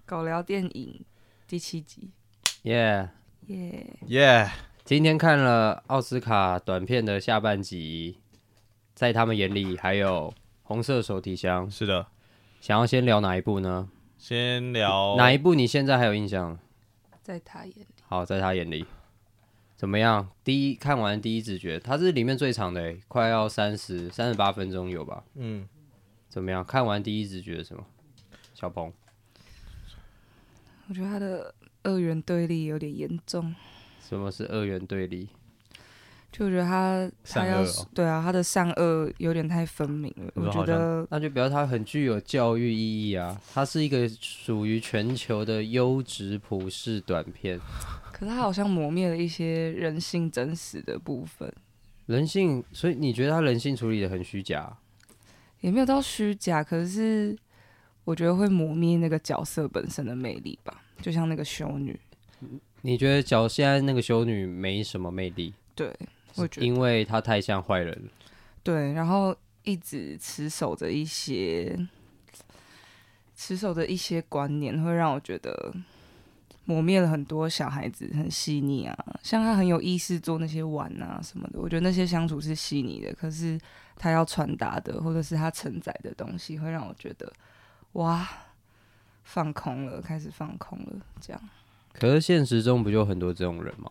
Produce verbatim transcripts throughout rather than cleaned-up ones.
狗聊电影第七集， 耶耶耶！ 今天看了奥斯卡短片的下半集，在他们眼里还有红色手提箱。 是的， 想要先聊哪一部呢？ 先聊哪一部你现在还有印象？ 在他眼里， 好，在他眼里怎么样？第一看完第一直觉，它是里面最长的，快要三十三十八分钟有吧？ 嗯， 怎么样？看完第一直觉什么？小鹏， 我觉得他的二元对立有点严重。 什么是二元对立？ 就我觉得他他要、 善恶哦对啊，他的善恶有点太分明了。我觉得那就表示它很具有教育意义啊！它是一个属于全球的优质普世短片。 可是他好像磨灭了一些人性真实的部分， 人性，所以你觉得他人性处理的很虚假？ 也没有到虚假，可是我觉得会磨灭那个角色本身的魅力吧，就像那个修女。 你觉得角现在那个修女没什么魅力？ 对，我觉得因为她太像坏人了。 对，然后一直持守着一些持守着一些观念，会让我觉得磨灭了很多小孩子很细腻啊，像他很有意识做那些碗啊什么的，我觉得那些相处是细腻的，可是他要传达的或者是他承载的东西，会让我觉得哇，放空了，开始放空了，这样。 可是现实中不就很多这种人吗？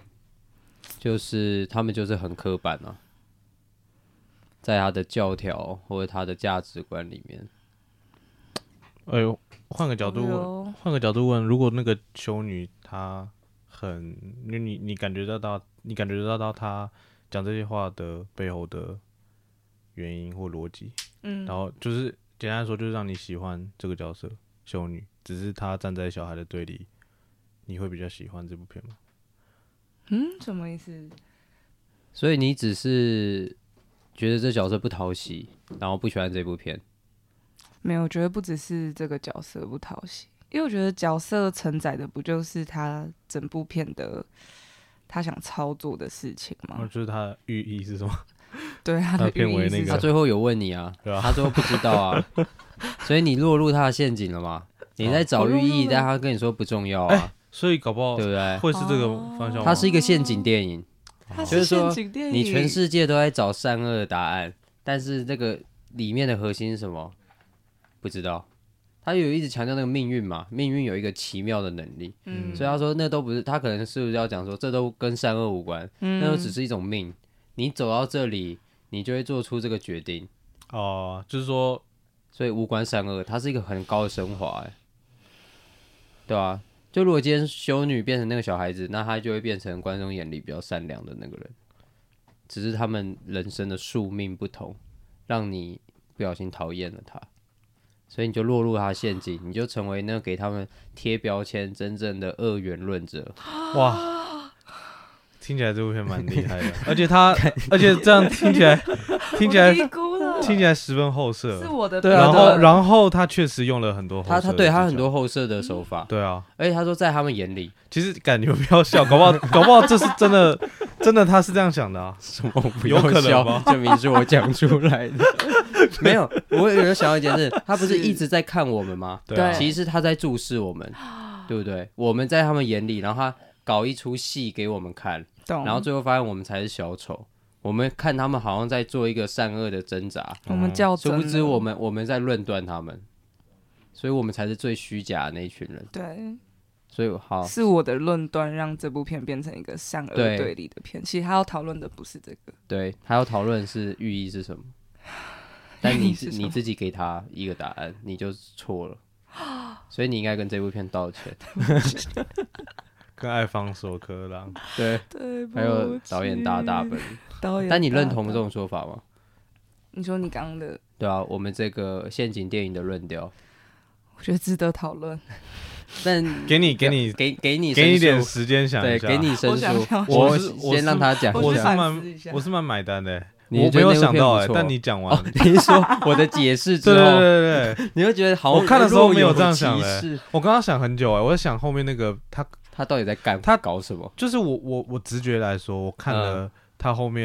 就是他们就是很刻板啊，在他的教条或者他的价值观里面。 哎呦，换个角度问，换个角度问，如果那个修女她很，你你你感觉得到，你感觉得到她讲这些话的背后的原因或逻辑， 嗯， 然后就是简单来说，就是让你喜欢这个角色修女，只是她站在小孩的对立，你会比较喜欢这部片吗？ 嗯，什么意思？ 所以你只是觉得这角色不讨喜，然后不喜欢这部片？ 没有，我觉得不只是这个角色不讨喜，因为我觉得角色承载的不就是他整部片的他想操作的事情吗？ 哦，就是它的寓意是什么？ 对，他的他片尾那个寓意是什么他最后有问你啊， 对吧？ 他最后不知道啊，所以你落入他的陷阱了嘛？你在找寓意，但他跟你说不重要啊， 所以搞不好对不对？ 会是这个方向吗？ 它是一个陷阱电影， 他就是是说陷阱电影， 你全世界都在找善恶的答案，但是这个里面的核心是什么？不知道。他有一直强调那个命运嘛，命运有一个奇妙的能力， 嗯所以他说那都不是，他可能是不是要讲说这都跟善恶无关， 嗯那都只是一种命。你走到这里，你就会做出这个决定， 哦、就是说， 所以无关善恶，它是一个很高的升华，哎，对啊，就如果今天修女变成那个小孩子，那她就会变成观众眼里比较善良的那个人，只是他们人生的宿命不同，让你不小心讨厌了他，所以你就落入他的陷阱，你就成为那个给他们贴标签真正的二元论者。 哇，听起来这部片蛮厉害的，而且他，而且这样听起来，听起来我低估了， 听起来十分后设是。我的对啊然标准后，然后他确实用了很多后设的他他对他技巧很多后设的手法， 对啊， 而且他说在他们眼里， 其实感觉不要笑，搞不好搞不好这是真的，真的他是这样想的啊。 什么不有可能笑吗证明是我讲出来的。没有，我有人想到一件事，他不是一直在看我们吗？ 对啊， 对其实他在注视我们，对不对？我们在他们眼里，然后他搞一出戏给我们看， 懂， 然后最后发现我们才是小丑。我们看他们好像在做一个善恶的挣扎， 我们较真了， 殊不知我们我们在论断他们，所以我们才是最虚假的那一群人。 对。 所以好， 是我的论断让这部片变成一个善恶对对立的片。其实他要讨论的不是这个， 对，他要讨论是寓意是什么，但你寓意是什么你自己给他一个答案，你就错了，所以你应该跟这部片道歉。 跟爱方索科郎， 对， 对， 还有导演大大本， 导演， 但你认同这？种说法吗？ 你说你刚刚的， 对啊，我们这个陷阱电影的论调， 我觉得值得讨论。 但给你给你给给你给你一点申诉时间想对， 一下， 给你申我想诉想， 我我是我是先让他讲我一下。 我是蛮反思一下我是蛮买单的， 你我没有觉得那部片想到哎， 不错但你讲完， 哦，你是说我的解释之对对后， 对对对， 你会觉得好像我看的时候若有没有这样想的其事我刚刚想很久哎，我在想后面那个他他到底在干他搞什么？ 就是我我我直觉来说，我看了他后面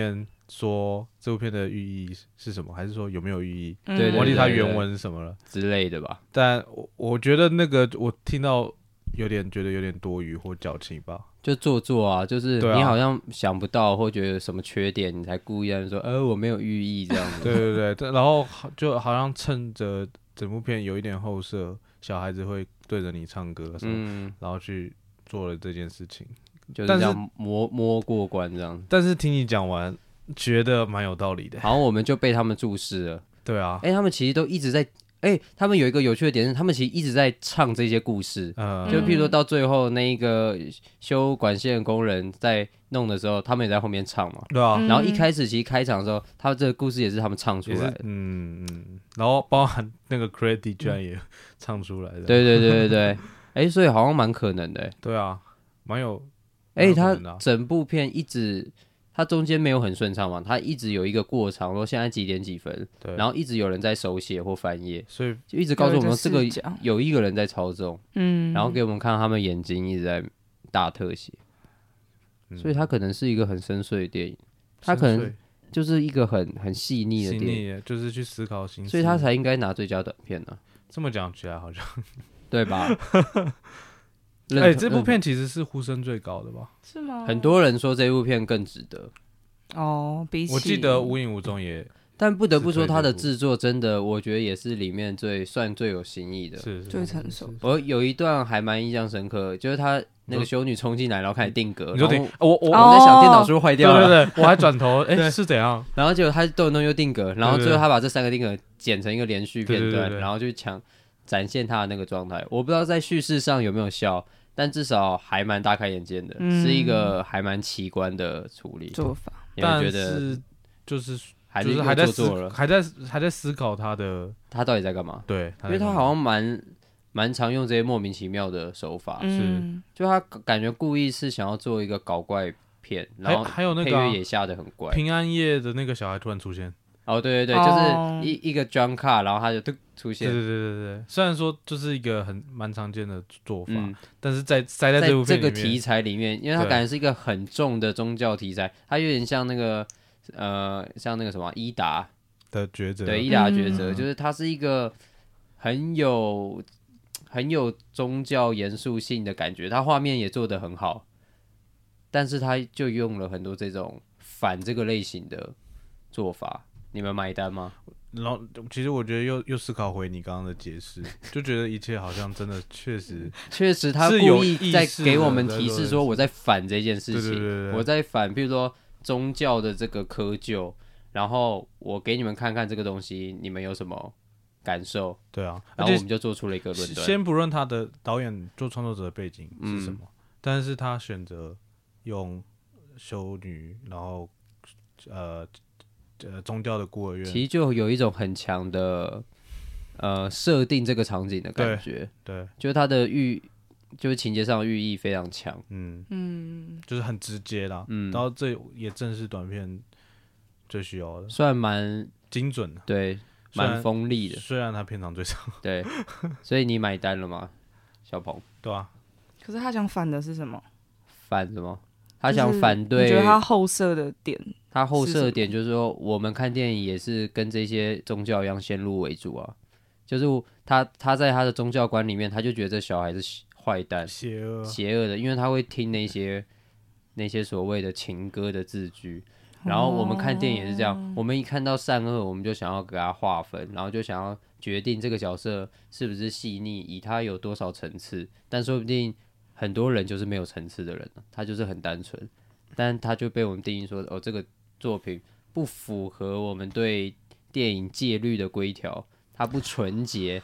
说这部片的寓意是什么，还是说有没有寓意？ 嗯对对忘记它原文是什么了之类的吧。 但我我觉得那个我听到有点觉得有点多余或矫情吧。 就做作啊，就是对啊你好像想不到或觉得有什么缺点，你才故意说，呃，我没有寓意这样子。 对对对，然后就好像趁着整部片有一点后设，小孩子会对着你唱歌的时候， 嗯， 然后去做了这件事情。 就是这样摸摸过关这样。 但是听你讲完，觉得蛮有道理的。 然后我们就被他们注视了。 对啊， 哎、他们其实都一直在，哎、他们有一个有趣的点是，他们其实一直在唱这些故事。 呃， 就譬如说到最后那一个修管线的工人在弄的时候，他们也在后面唱嘛。 对啊， 嗯然后一开始其实开场的时候，他这个故事也是他们唱出也是来的。 嗯嗯，然后包含那个 credit 居然也唱出来的。 对对对对对，哎、所以好像蛮可能的、欸。 对啊，蛮有。 哎、 蛮有可他能的啊整部片一直，他中间没有很顺畅嘛，他一直有一个过场，说现在几点几分， 对， 然后一直有人在手写或翻页， 所以就一直告诉我们这个有一个视角有一个人在操纵， 嗯， 然后给我们看他们眼睛一直在大特写， 嗯所以他可能是一个很深邃的电影，他可能深邃就是一个很很细腻的细电影， 腻的，就是去思考心思， 所以他才应该拿最佳短片呢、 这么讲起来好像。 对吧？ 哎、 认这部片其实是呼声最高的吧？ 是吗？ 很多人说这部片更值得， 哦，比起我记得无影无踪也但不得不说， 是推它的这部制作真的，我觉得也是里面最算最有新意的。 是是最成熟。 我有一段还蛮印象深刻，就是他那个修女冲进来，然后开始定格， 你说然后顶我我我们在想电脑是不是坏对掉了， 对对，我还转头，哎、是怎样？ 然后结果他动一动又定格，然后对对最后他把这三个定格剪成一个连续片段， 对对对对然后去抢展现他的那个状态。我不知道在叙事上有没有效，但至少还蛮大开眼界的， 嗯是一个还蛮奇观的处理。 做法， 你们但觉得是就是还就是又还在思做作了？ 还在还在思考他的他到底在干嘛？ 对， 因为他好像蛮蛮常用这些莫名其妙的手法， 嗯， 就他感觉故意是想要做一个搞怪片，然后还还有那个啊、 配乐也下的很怪。 平安夜的那个小孩突然出现， 哦，对对对， 哦就是一一个 drum car，然后他就突出现。 对对对对对，虽然说就是一个很蛮常见的做法， 嗯， 但是在塞在在这部这个片里面， 题材里面，因为它对感觉是一个很重的宗教题材，它有点像那个呃，像那个什么伊达， 的抉择， 对伊达抉择， 嗯就是它是一个很有很有宗教严肃性的感觉，它画面也做得很好，但是它就用了很多这种反这个类型的做法，你们买单吗？ 然后其实我觉得又又思考回你刚刚的解释，就觉得一切好像真的确实确实，他是有故意在意识给我们的在提示说做这件我在反这件事对情， 对对对对我在反，比如说宗教的这个窠臼，然后我给你们看看这个东西，你们有什么感受？ 对啊， 然后而且我们就做出了一个论断。 先不论他的导演做创作者的背景嗯是什么，但是他选择用修女，然后呃呃宗教的孤儿院， 其实就有一种很强的呃设定这个场景的感觉， 对， 就是它的寓，就是情节上的寓意非常强。 嗯， 嗯， 就是很直接啦， 嗯然后这也正是短片最需要的， 虽然蛮精准的， 对， 虽然蛮锋利的， 虽然他片长最长， 对，所以你买单了吗，小鹏？ 对啊， 可是他想反的是什么？ 反什么？他想就是反对， 你觉得他后设的点？ 他后设的是什么点就是说，我们看电影也是跟这些宗教一样先入为主啊，就是他他在他的宗教观里面，他就觉得这小孩是坏蛋、 邪恶， 邪恶的，因为他会听那些那些所谓的情歌的字句。然后我们看电影也是这样，我们一看到善恶，我们就想要给他划分，然后就想要决定这个角色是不是细腻，以他有多少层次。但说不定很多人就是没有层次的人，他就是很单纯，但他就被我们定义说，哦，这个作品不符合我们对电影戒律的规条，它不纯洁。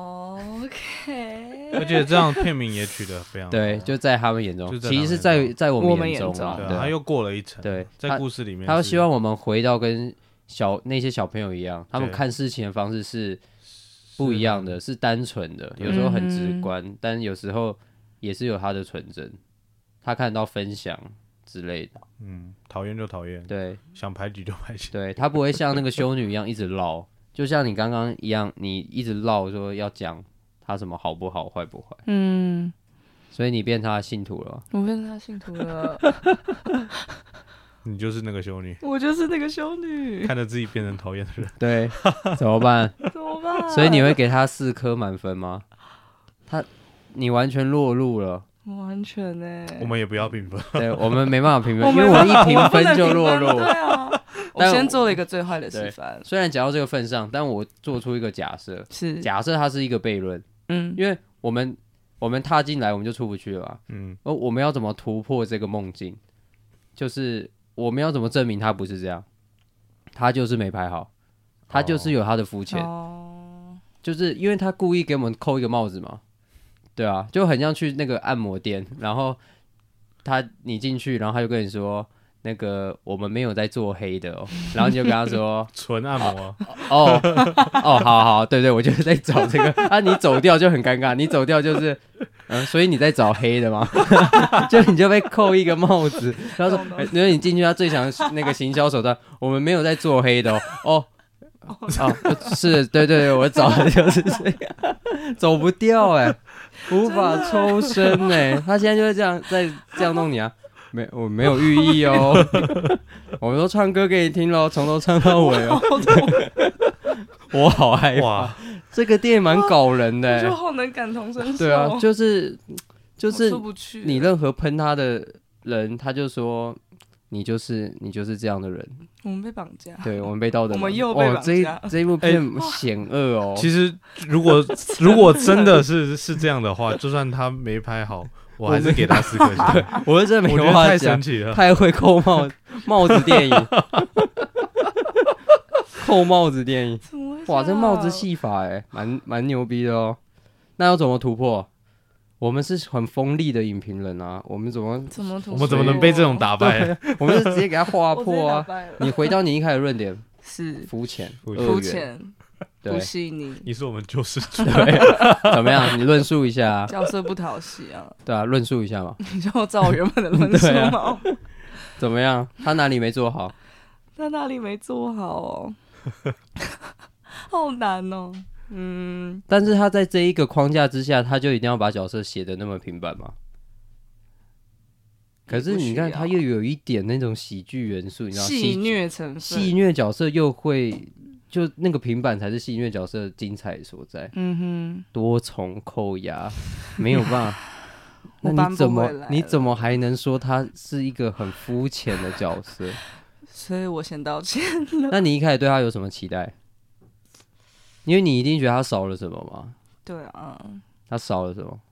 OK， 而且这样片名也取得非常好对，就在他们眼中， 就在其实是他们眼在在我我们们眼中眼中啊，对啊对啊，他又过了一层， 对在他故事里面是， 他希望我们回到跟小那些小朋友一样，他们对看事情的方式是不一样的，是单纯的，有时候很直观，但有时候也是有他的纯真。他看到分享之类的， 嗯，讨厌就讨厌， 对想排挤就排挤， 对，他不会像那个修女一样一直唠，就像你刚刚一样，你一直唠说要讲他什么好不好、坏不坏， 嗯， 所以你变他的信徒了吗。 我变成他信徒了。 你就是那个修女， 我就是那个修女， 看着自己变成讨厌的人， 对，怎么办？ 怎么办？ 所以你会给他四颗满分吗？他，你完全落入了。 完全哎、 我们也不要评分， 对，我们没办法评分，因我们为我一评分就我落入。 不能评分对啊，我但先做了一个最坏的示范， 虽然讲到这个份上，但我做出一个假设， 是假设它是一个悖论， 嗯， 因为我们我们踏进来我们就出不去了嘛， 嗯， 而我们要怎么突破这个梦境？就是我们要怎么证明他不是这样？他就是没排好，他就是有他的肤浅， 哦， 就是因为他故意给我们扣一个帽子嘛，对啊，就很像去那个按摩店，然后他你进去，然后他就跟你说。那个我们没有在做黑的哦，然后你就跟他说纯按摩， 哦哦，好好，对对，我就是在找这个啊，你走掉就很尴尬，你走掉就是嗯，所以你在找黑的吗？就你就被扣一个帽子，然后说，因为你进去他最强那个行销手段，我们没有在做黑的哦，哦。哦，是对对对，我找的就是这样，走不掉哎、欸，无法抽身哎、欸，他现在就是这样在这样弄你啊。没，我没有寓意哦。我们都唱歌给你听咯，从头唱到尾哦。我好害怕，这个电影蛮搞人的、欸， 就好能感同身受。 对啊，就是就是你任何喷他的人，他就说你就是你就是这样的人。 我们被绑架， 对我们被道德， 我们又被绑架。 哦、这, 这一部片险恶哦。 其实如果如果真的是是这样的话，就算他没拍好。我还是给他四颗星， 我是真的没话讲， 太神奇了， 太会扣帽帽子电影，扣帽子电影，哇，这帽子戏法哎，蛮蛮牛逼的哦。那要怎么突破？我们是很锋利的影评人啊，我们怎么怎么突破？ 我们怎么能被这种打败？ 我们是直接给他划破啊！你回到你一开始论点， 是肤浅、 肤浅。 不细腻， 你是我们救世主， 怎么样？你论述一下、啊， 角色不讨喜啊？ 对啊，论述一下嘛。 你就照我原本的论述吗、啊？ 怎么样？他哪里没做好？ 他哪里没做好哦？好难哦。嗯， 但是他在这一个框架之下，他就一定要把角色写得那么平板吗？可是你看，他又有一点那种喜剧元素，你知道， 戏谑成分， 戏谑角色又会。就那个平板才是戏谑角色的精彩所在，嗯哼，多重扣押，没有办法。那你怎么你怎么还能说他是一个很肤浅的角色？ 所以我先道歉了。 那你一开始对他有什么期待？因为你一定觉得他少了什么嘛？ 对啊， 他少了什么？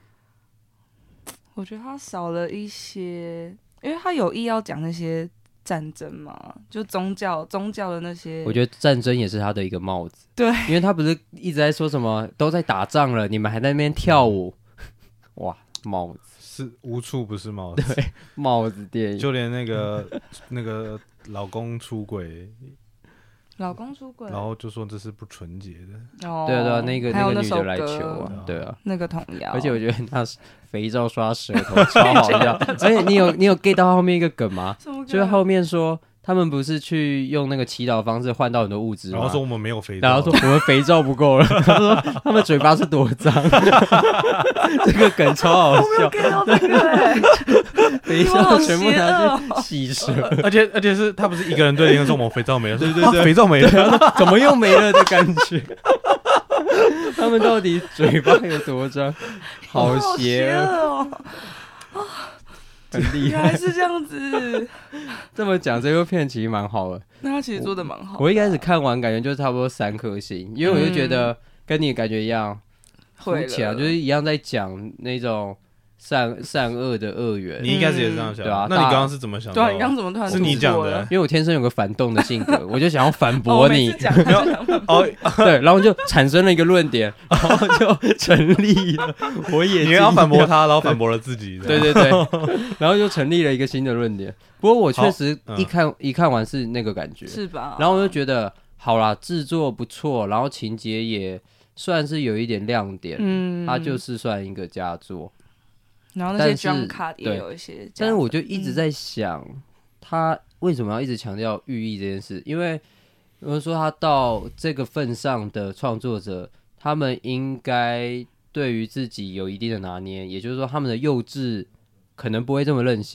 我觉得他少了一些，因为他有意要讲那些。战争嘛，就宗教宗教的那些， 我觉得战争也是他的一个帽子。 对， 因为他不是一直在说什么都在打仗了，你们还在那边跳舞，哇，帽子是无处不是帽子， 对，帽子电影， 就连那个那个老公出轨。 老公出轨， 然后就说这是不纯洁的。 哦，对啊，对啊，那个那个女的来求啊，对啊， 那个童谣。 而且我觉得那肥皂刷舌头超好笑，而且你有你有 get 到后面一个梗吗？就是后面说他们不是去用那个祈祷方式换到很多物质吗？ 然后说我们没有肥皂， 然后说我们肥皂不够了。他说他们嘴巴是多脏，这个梗超好笑。 我没有 get 到这个， 肥皂全部拿去洗舌， 而且而且是他不是一个人对另一个说我们肥皂没了， 对对对， 肥皂没了， 怎么又没了的感觉？他们到底嘴巴有多脏？好邪恶哦！很厉害， 原来是这样子。 这么讲，这部片其实蛮好的。 那他其实做的蛮好的。 我一开始看完，感觉就差不多三颗星，因为我就觉得跟你的感觉一样，肤浅啊，就是一样在讲那种善善恶的恶缘。 你一开始也是这样想， 对啊？ 那你刚刚是怎么想？ 对啊，你刚刚怎么突然是你讲的？ 因为我天生有个反动的性格，我就想要反驳你。 哦， 对，然后就产生了一个论点，然后就成立了。我也你要反驳他，然后反驳了自己。 对对对，然后就成立了一个新的论点。不过我确实一看、嗯、一看完是那个感觉， 是吧？ 然后我就觉得好啦，制作不错，然后情节也算是有一点亮点，嗯，它就是算一个佳作。 然后那些 jump cut 也有一些， 但是我就一直在想，嗯、他为什么要一直强调寓意这件事？因为比如说他到这个份上的创作者，他们应该对于自己有一定的拿捏，也就是说他们的幼稚可能不会这么任性。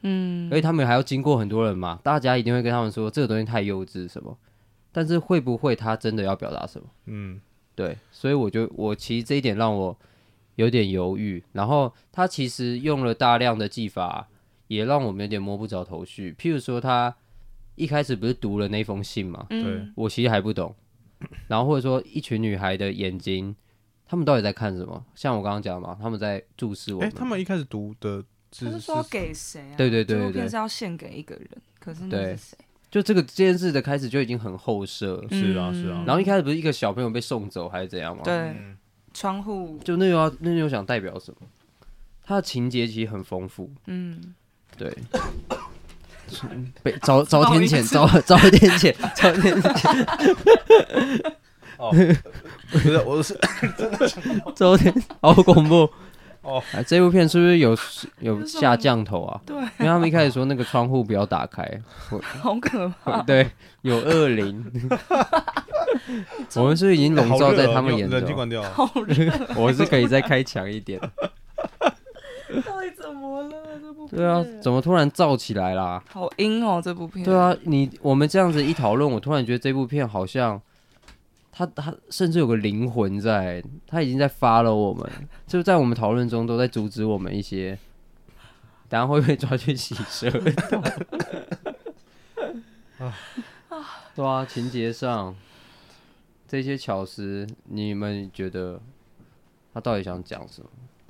嗯，而且他们还要经过很多人嘛，大家一定会跟他们说这个东西太幼稚什么，但是会不会他真的要表达什么？嗯，对，所以我就我其实这一点让我有点犹豫，然后他其实用了大量的技法，也让我们有点摸不着头绪。譬如说，他一开始不是读了那封信嘛？对、嗯，我其实还不懂。然后或者说，一群女孩的眼睛，他们到底在看什么？像我刚刚讲嘛，他们在注视我们。 哎、欸，他们一开始读的字，他是说要给谁啊？ 对对对对， 这部片是要献给一个人，可是那是谁？ 就这个这件事的开始就已经很后设， 是啊是啊。 然后一开始不是一个小朋友被送走还是怎样吗？ 对。嗯，窗户就那又要那又想代表什么？它的情节其实很丰富，嗯，对。被早早天谴，早早天谴，早天谴。 哦，不是，我是真的想早天，好恐怖哦！哎，这部片是不是有有下降头啊？ 对， 因为他们一开始说那个窗户不要打开， 好可怕。 对，有恶灵。我们是不是已经笼罩在他们眼中？ 冷气关掉。 好热， 我是可以再开强一点。 到底怎么了？这部片？ 对啊，怎么突然燥起来啦？ 好阴哦，这部片。 对啊，你我们这样子一讨论，我突然觉得这部片好像，它它甚至有个灵魂在，它已经在follow我们，就在我们讨论中都在阻止我们一些，等下会被抓去洗舌。对啊，情节上这些巧思，你们觉得他到底想讲什么？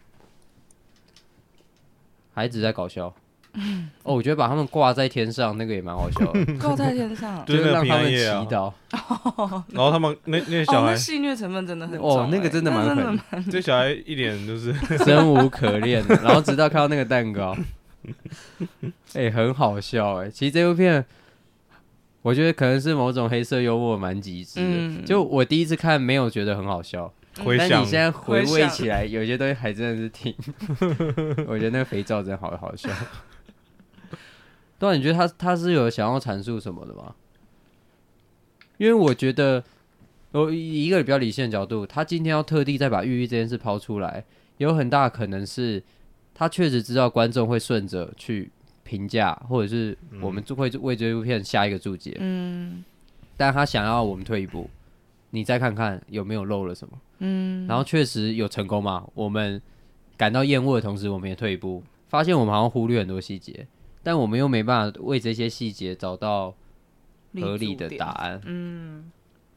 还只在搞笑？哦，我觉得把他们挂在天上那个也蛮好笑的。 挂在天上， 就是让他们祈祷。 然后他们那那些小孩， 哦、那戏谑成分真的很重、 欸。哦，那个真的蛮狠。 这小孩一脸就是生无可恋，然后直到看到那个蛋糕，哎、欸，很好笑哎、欸。其实这部片，我觉得可能是某种黑色幽默蛮极致的。嗯、就我第一次看没有觉得很好笑。 回想， 但你现在回味起来，有些东西还真的是挺……我觉得那个肥皂真的好好笑。对啊，你觉得他他是有想要阐述什么的吗？因为我觉得，我以一个比较理性的角度，他今天要特地再把寓意这件事抛出来，有很大可能是他确实知道观众会顺着去评价，或者是我们会为这部片下一个注解。嗯，但他想要我们退一步。你再看看有没有漏了什么，嗯，然后确实有成功嘛？我们感到厌恶的同时，我们也退一步，发现我们好像忽略很多细节，但我们又没办法为这些细节找到合理的答案，嗯。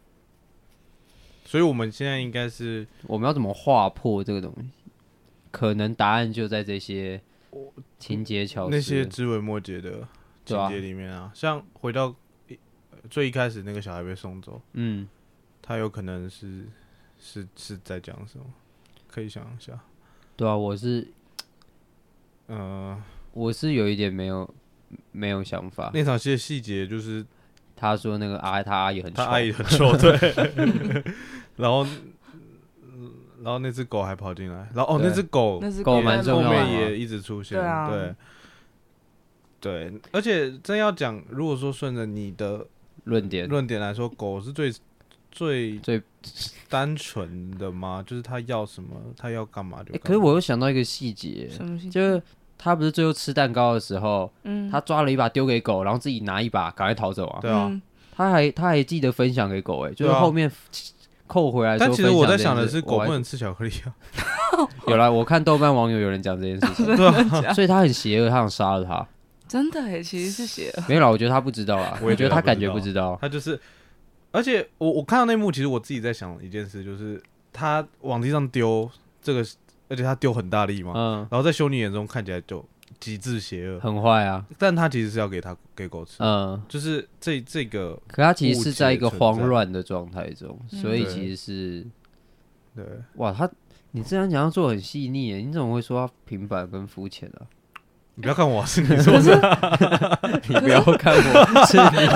所以我们现在应该是， 我们要怎么划破这个东西？可能答案就在这些情节巧思、 那些枝微末节的情节里面啊。啊像回到最一开始那个小孩被送走，嗯。他有可能是是是在讲什么？可以想一下。 对啊，我是，呃，我是有一点没有没有想法。 那场戏的细节就是， 他说那个阿他阿姨很臭， 他阿姨很臭，对。然后，然后那只狗还跑进来，然后哦，那只狗， 那只狗蛮重要的， 后面也一直出现，对啊，对。对，而且真要讲，如果说顺着你的论点论点来说，狗是最。最最单纯的吗？就是他要什么，他要干嘛就干嘛。欸。 可是我又想到一个细节，就是他不是最后吃蛋糕的时候，嗯，他抓了一把丢给狗，然后自己拿一把赶快逃走啊。 对啊， 嗯、他还他还记得分享给狗、欸，哎，就是后面扣回来。 但其实我在想的是，狗不能吃巧克力啊。 有啦，我看豆瓣网友有人讲这件事情，对啊，所以他很邪恶，他想杀了他。 真的哎，其实是邪恶。 没有啦，我觉得他不知道啦，我觉得他感觉不知道， 他就是。而且我我看到那幕，其实我自己在想一件事，就是他往地上丢这个，而且他丢很大力嘛，嗯，然后在修女眼中看起来就极致邪恶， 很坏啊。 但他其实是要给他给狗吃，嗯，就是这这个， 可他其实是在一个慌乱的状态中，所以其实是， 对， 哇，他你这样讲要做很细腻，你怎么会说他平凡跟肤浅啊？ 你不要看我，是你说的。 你不要看我，是你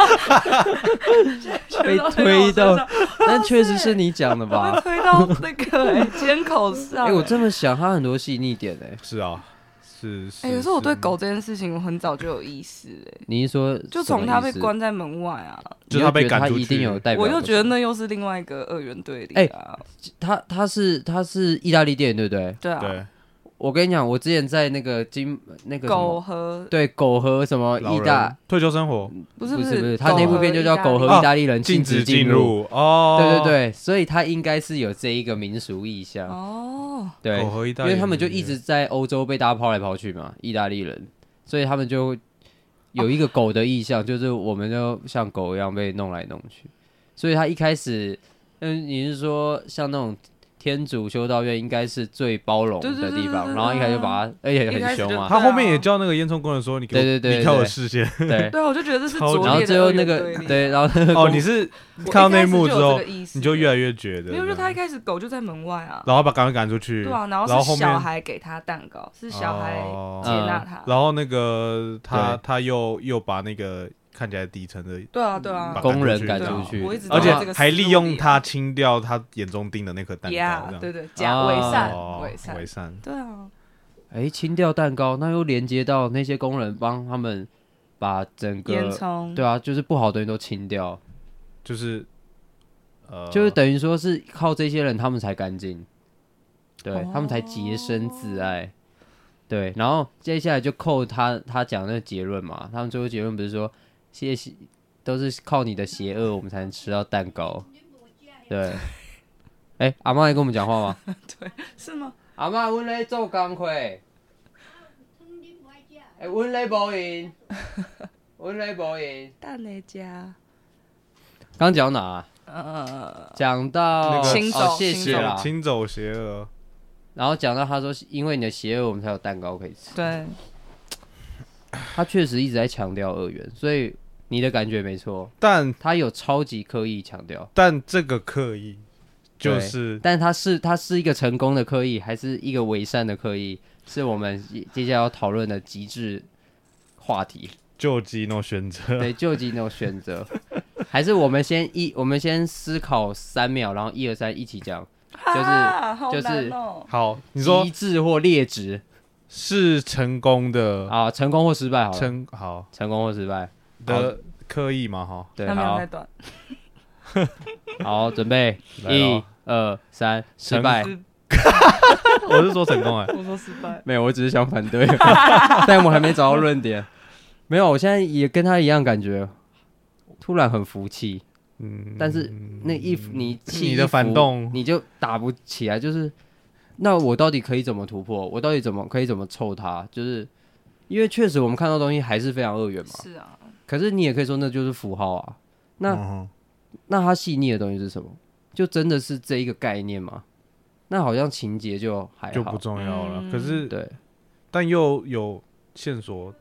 说。被推到，但确实是你讲的吧？ 被推到那个哎肩口上。 哎，我这么想，他很多细腻点哎。 是啊，是是。 哎，有时候我对狗这件事情，我很早就有意识哎。 你是说， 就从他被关在门外啊， 就他被赶出去， 一定有代表。 我又觉得那又是另外一个二元对立啊。 他他是他是意大利电影对不对？ 对啊。 我跟你讲，我之前在那个金那个狗和对狗和什么意大退休生活不是不是不是， 他他那部片就叫《狗和意大利人禁止进入》 哦， 对对对，所以他应该是有这一个民俗意象哦， 对， 狗和意大利人， 因为他们就一直在欧洲被大家抛来抛去嘛，意大利人，所以他们就有一个狗的意象，就是我们就像狗一样被弄来弄去，所以他一开始，嗯，你是说像那种天主修道院应该是最包容的地方， 对对对对对然后一开始就把他，而且很凶啊， 他后面也叫那个烟囱工人说：“你给我对对对对离开我的视线。” 对， 对，我就觉得这是超级拙劣的然后最后那个二元对立对，然后那个哦， 公你是我看到那一一开始就有幕之后这个意，思你就越来越觉得， 没有，就他一开始狗就在门外啊， 然后把赶快赶出去， 对啊，然然后是小后后面孩给他蛋糕，是小孩哦接纳他， 然后那个他对他又又把那个看起来底层的， 对啊对啊把， 工人赶对啊赶出去， 我一直都而且在这个还利思路里啊用他清掉他眼中钉的那颗蛋糕，这 ，Yeah， 样对对，假哦伪善哦伪善伪，善， 对啊， 哎，清掉蛋糕，那又连接到那些工人帮他们把整烟个囱， 对啊，就是不好的东西都清掉， 就是呃， 就是等于说是靠这些人他们才干净，对、 哦他们才洁身自爱，对，然后接下来就扣他他讲那个结论嘛，他们最后结论不是说谢谢都是靠你的邪恶我们才能吃到蛋糕，对，哎、阿妈在跟我们讲话吗？ 是吗？ 阿妈，阮咧做工课。哎、欸，阮咧无闲，阮咧无闲。 蛋的家， 刚讲到哪、啊？ 呃， 讲到那个行走哦，谢行走谢啦。 清走邪恶， 然后讲到他说，因为你的邪恶，我们才有蛋糕可以吃。 对， 他确实一直在强调二元，所以你的感觉没错， 但他有超级刻意强调。 但这个刻意就是但他是他是一个成功的刻意，还是一个伪善的刻意，是我们接下来要讨论的极致话题。 救急那种选择， 对，救急那种选择，还是我们先一我们先思考三秒，然后一二三一起讲，就是啊好就是难哦好，你说极致或劣质是成功的啊，成功或失败好了， 成好成功或失败的刻意嘛哈， 对， 他没有好太短， 好，准备来一咯二三，失败。 我是说成功哎， 我说失败， 没有，我只是想反对，但我还没找到论点。没有，我现在也跟他一样感觉，突然很服气， 嗯， 但是那一服你气你的一服反动你就打不起来，就是那我到底可以怎么突破？我到底怎么可以怎么凑他？就是因为确实我们看到东西还是非常二元嘛， 是啊， 可是你也可以说那就是符号啊。那、 嗯那它细腻的东西是什么？就真的是这一个概念吗？那好像情节就还好， 就不重要了， 嗯可是对， 但又有线索，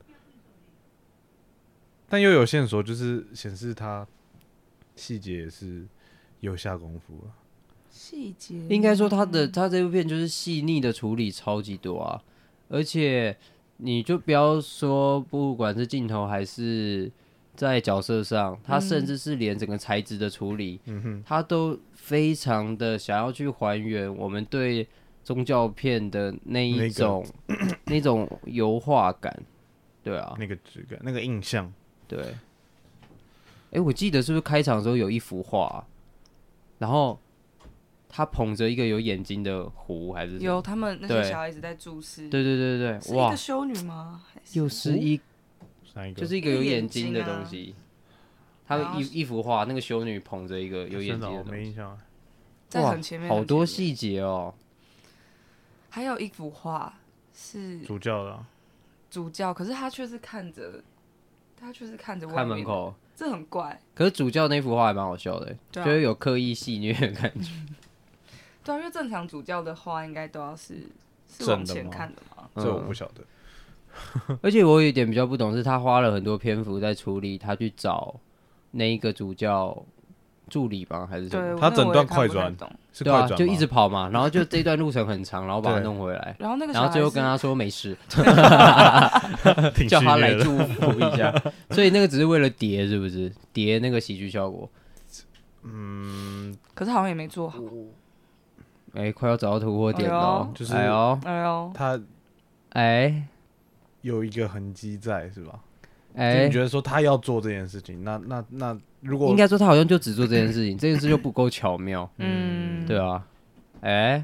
但又有线索，就是显示他细节也是有下功夫了。 细节应该说他的他这部片就是细腻的处理超级多啊，而且你就不要说不管是镜头还是在角色上，他甚至是连整个材质的处理， 嗯哼， 他都非常的想要去还原我们对宗教片的那一种那种油画感，对啊， 那个质感，那个印象， 对。哎、我记得是不是开场的时候有一幅画啊、然后他捧着一个有眼睛的壶，还是什么有他们那些对小孩一直在注视， 对对对对对，哇是一个，修女吗？还是又是一哪一个？ 就是一个有眼睛的眼睛啊东西。他然后一一幅画，那个修女捧着一个有眼真的我睛的东西， 没印象啊。 在很前面， 好多很前面， 细节哦。 还有一幅画是主教的啊， 主教，可是他却是看着，他却是看着外面看门，口， 这很怪。 可是主教那幅画还蛮好笑的， 对啊就是有刻意戏谑的感觉。 对啊，因为正常主教的画应该都要是是往前正的吗看的嘛。 嗯这我不晓得。 而且我有一点比较不懂，是他花了很多篇幅在处理他去找那一个主教助理吗？还是什对， 么？ 他整段我那个我也看快转不太懂是对啊， 快转吗就一直跑嘛，然后就这段路程很长，然后把他对弄回来， 然后那个小孩是然后最后跟他说没事， 挺叫他戏谑的来祝福一下。所以那个只是为了叠，是不是？叠那个喜剧效果。 嗯， 可是好像也没做好。 哎、快要找到突破点了哦， 哎呦就是哎呦， 哎呦， 他哎有一个痕迹在，是吧？就哎你，觉得说他要做这件事情，那那那如果应该说他好像就只做这件事情，这件事就不够巧妙， 嗯， 对啊，哎、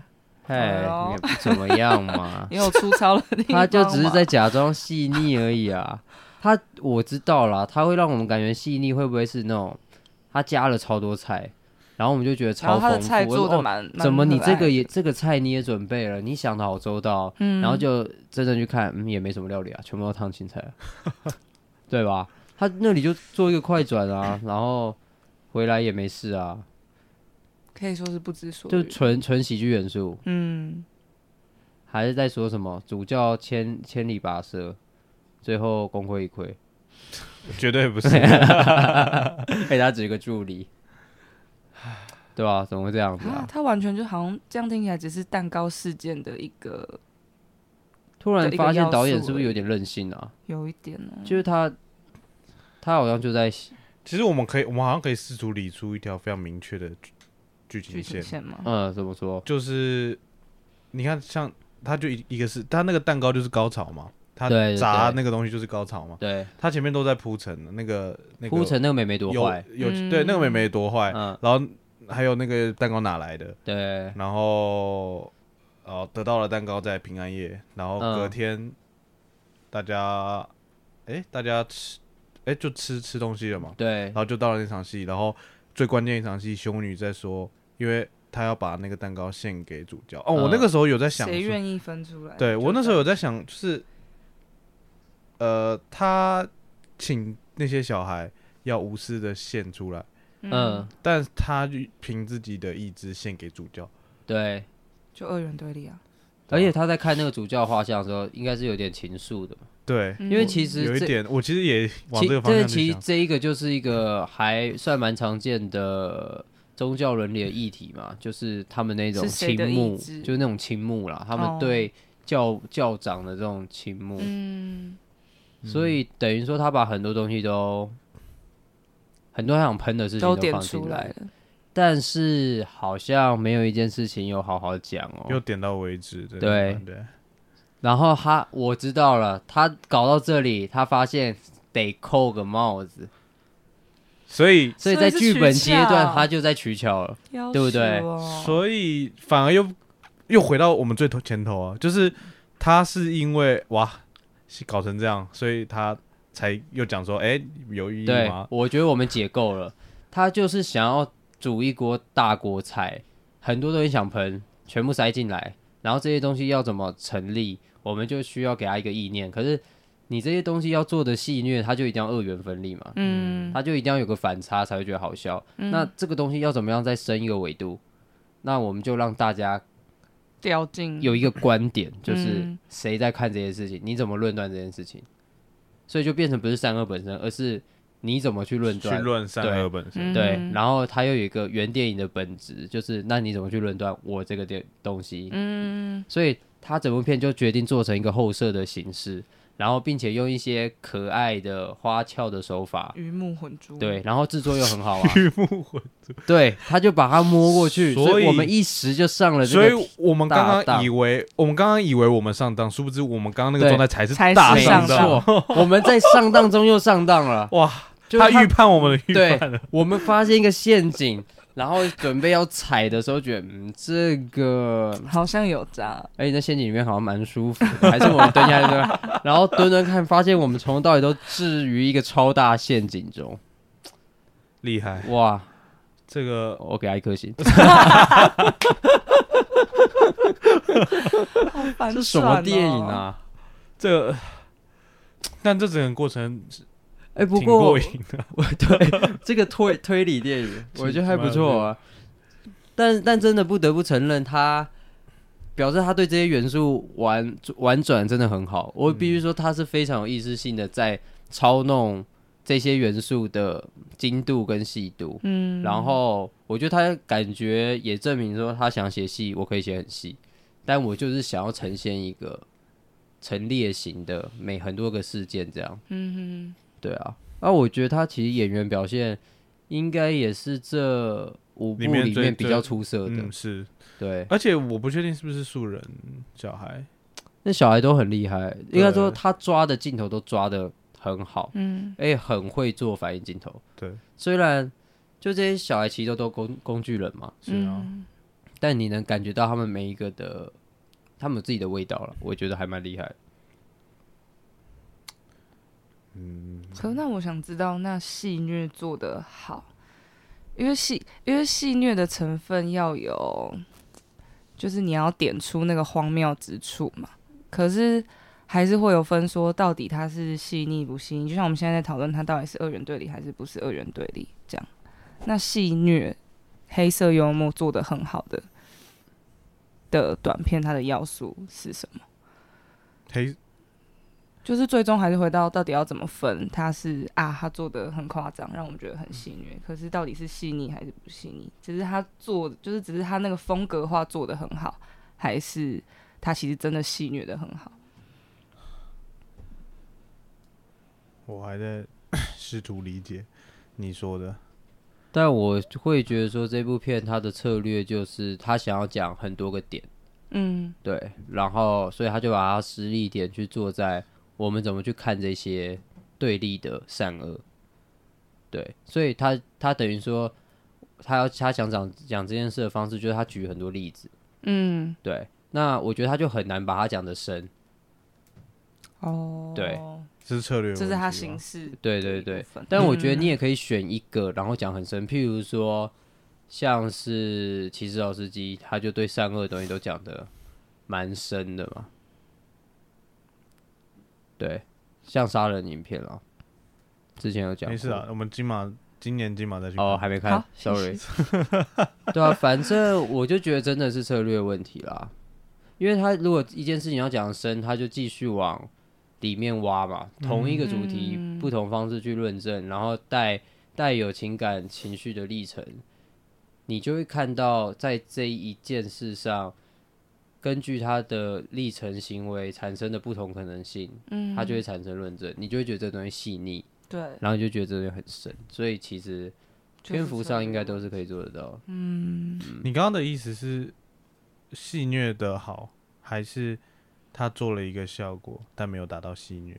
哎，也不怎么样嘛。 也有粗糙的地方嘛。 他就只是在假装细腻而已啊。他我知道啦，他会让我们感觉细腻，会不会是那种他加了超多菜，然后我们就觉得超丰富。 然后他的菜做的蛮、 哦，怎么你这个也这个菜你也准备了，你想的好周到，嗯、然后就真正去看，嗯，也没什么料理啊，全部都烫青菜、啊，对吧？他那里就做一个快转啊，然后回来也没事啊， 可以说是不知所就纯纯喜剧元素。 嗯， 还是在说什么主教千千里跋涉，最后功亏一篑？ 绝对不是， 被他只是个助理，对吧、啊？怎么会这样子啊？ 啊他完全就好像这样听起来只是蛋糕事件的一个。 突然发现导演是不是有点任性啊？ 有一点呢、啊， 就是他，他好像就在。 其实我们可以，我们好像可以试图理出一条非常明确的剧情线。 线吗？ 嗯，怎么说？ 就是你看，像他就一一个是他那个蛋糕就是高潮嘛，他炸那个东西就是高潮嘛。 对， 他前面都在铺陈的，那个那个铺陈那个妹妹多坏， 有、嗯、对那个妹妹多坏，嗯，然后还有那个蛋糕哪来的？ 对， 然后呃得到了蛋糕在平安夜，然后隔天、嗯、大家哎、欸、大家吃。哎、欸，就吃吃东西了嘛， 对， 然后就到了那场戏，然后最关键一场戏，修女在说，因为她要把那个蛋糕献给主教。哦，嗯、我那个时候有在想， 谁愿意分出来？ 对我那时候有在想，就是呃，他请那些小孩要无私的献出来，嗯，但他凭自己的意志献给主教， 对， 就二元对立啊。 而且他在看那个主教画像的时候，应该是有点情愫的嘛。 对， 因为其实有一点，我其实也往这个方向去想。 其实这一个就是一个还算蛮常见的宗教伦理的议题嘛，就是他们那种倾慕，就是那种倾慕啦，他们对教、哦、教长的这种倾慕。嗯，所以等于说他把很多东西都很多他想喷的事情都放进来了。但是好像没有一件事情有好好讲哦， 又点到为止， 对对。然后他我知道了，他搞到这里，他发现得扣个帽子， 所以所以在剧本阶段他就在取巧了，对不对？ 所以反而又又回到我们最头前头啊，就是他是因为哇搞成这样，所以他才又讲说，哎，有意义吗？ 对，我觉得我们解构了，他就是想要煮一锅大锅菜，很多东西想喷，全部塞进来，然后这些东西要怎么成立？我们就需要给他一个意念，可是你这些东西要做的戏谑，它就一定要二元分立嘛，嗯，它就一定要有个反差才会觉得好笑。嗯、那这个东西要怎么样再升一个维度？那我们就让大家掉进有一个观点，就是谁在看这件事情，你怎么论断这件事情？所以就变成不是善恶本身，而是你怎么去论断， 去论善恶本身。 对，嗯、然后它又有一个原电影的本质，就是那你怎么去论断我这个东西？嗯，所以。他整部片就决定做成一个后设的形式，然后并且用一些可爱的花俏的手法， 鱼目混珠。 对，然后制作又很好啊， 鱼目混珠。 对，他就把它摸过去，所以, 所以我们一时就上了这个。 所以我们刚刚以为，我们刚刚以为我们上当，殊不知我们刚刚那个状态才是大上当。 我们在上当中又上当了， 哇！他预判我们的预判了。 对，我们发现一个陷阱。然后准备要踩的时候，觉得嗯，这个好像有渣， 而且在陷阱里面好像蛮舒服的，还是我们蹲下来，然后蹲蹲看，发现我们从头到尾都置于一个超大陷阱中， 厉害哇！ 这个我给他一颗星。 这是什么电影啊？ 这个，但这整个过程。 哎、欸，不过我对这个推推理电影，我觉得还不错啊。但但真的不得不承认，他表示他对这些元素玩玩转真的很好。我必须说，他是非常有意识性的在操弄这些元素的精度跟细度。嗯，然后我觉得他感觉也证明说，他想写细，我可以写很细，但我就是想要呈现一个陈列型的每很多个事件这样。嗯哼。对啊，那、啊、我觉得他其实演员表现应该也是这五部里面比较出色的， 嗯，是， 对。 而且我不确定是不是素人小孩， 那小孩都很厉害，应该说他抓的镜头都抓得很好，嗯，而且很会做反应镜头。 对， 虽然就这些小孩其实都都工工具人嘛， 是啊，嗯、 但你能感觉到他们每一个的，他们有自己的味道了，我觉得还蛮厉害的。 嗯， 可是那我想知道，那戏谑做得好，因为戏因为戏谑的成分要有，就是你要点出那个荒谬之处嘛。可是还是会有分说，到底它是细腻不细腻？就像我们现在在讨论，它到底是二元对立还是不是二元对立这样。那戏谑、黑色幽默做得很好的的短片，它的要素是什么？ 黑就是最终还是回到到底要怎么分？它是啊，他做的很夸张，让我们觉得很戏谑。可是到底是细腻还是不细腻？只是他做，就是只是他那个风格化做的很好，还是他其实真的戏谑的很好？ 我还在试图理解你说的。 但我会觉得说，这部片它的策略就是他想要讲很多个点， 嗯， 对，然后所以他就把他实力点去做在我们怎么去看这些对立的善恶，对，所以他他等于说，他要他想讲讲这件事的方式，就是他举很多例子， 嗯， 对，那我觉得他就很难把它讲得深， 哦， 对， 这是策略的问题吗， 这是他形式， 对对对，但我觉得你也可以选一个，然后讲很深，譬如说像是骑士老司机，他就对善恶的东西都讲得蛮深的嘛，对，像杀人影片啊，之前有讲过， 没事啊，我们金马今年金马再去看哦，还没看好 ，sorry。对啊，反正我就觉得真的是策略问题啦，因为他如果一件事情要讲深，他就继续往里面挖嘛，同一个主题， 嗯、 不同方式去论证，然后带带有情感情绪的历程，你就会看到在这一件事上，根据他的历程行为产生的不同可能性，嗯，他就会产生论证，你就会觉得这东西细腻， 对， 然后你就觉得这东西很深，所以其实篇幅上应该都是可以做得到。 嗯， 你刚刚的意思是戏谑的好，还是他做了一个效果，但没有达到戏谑？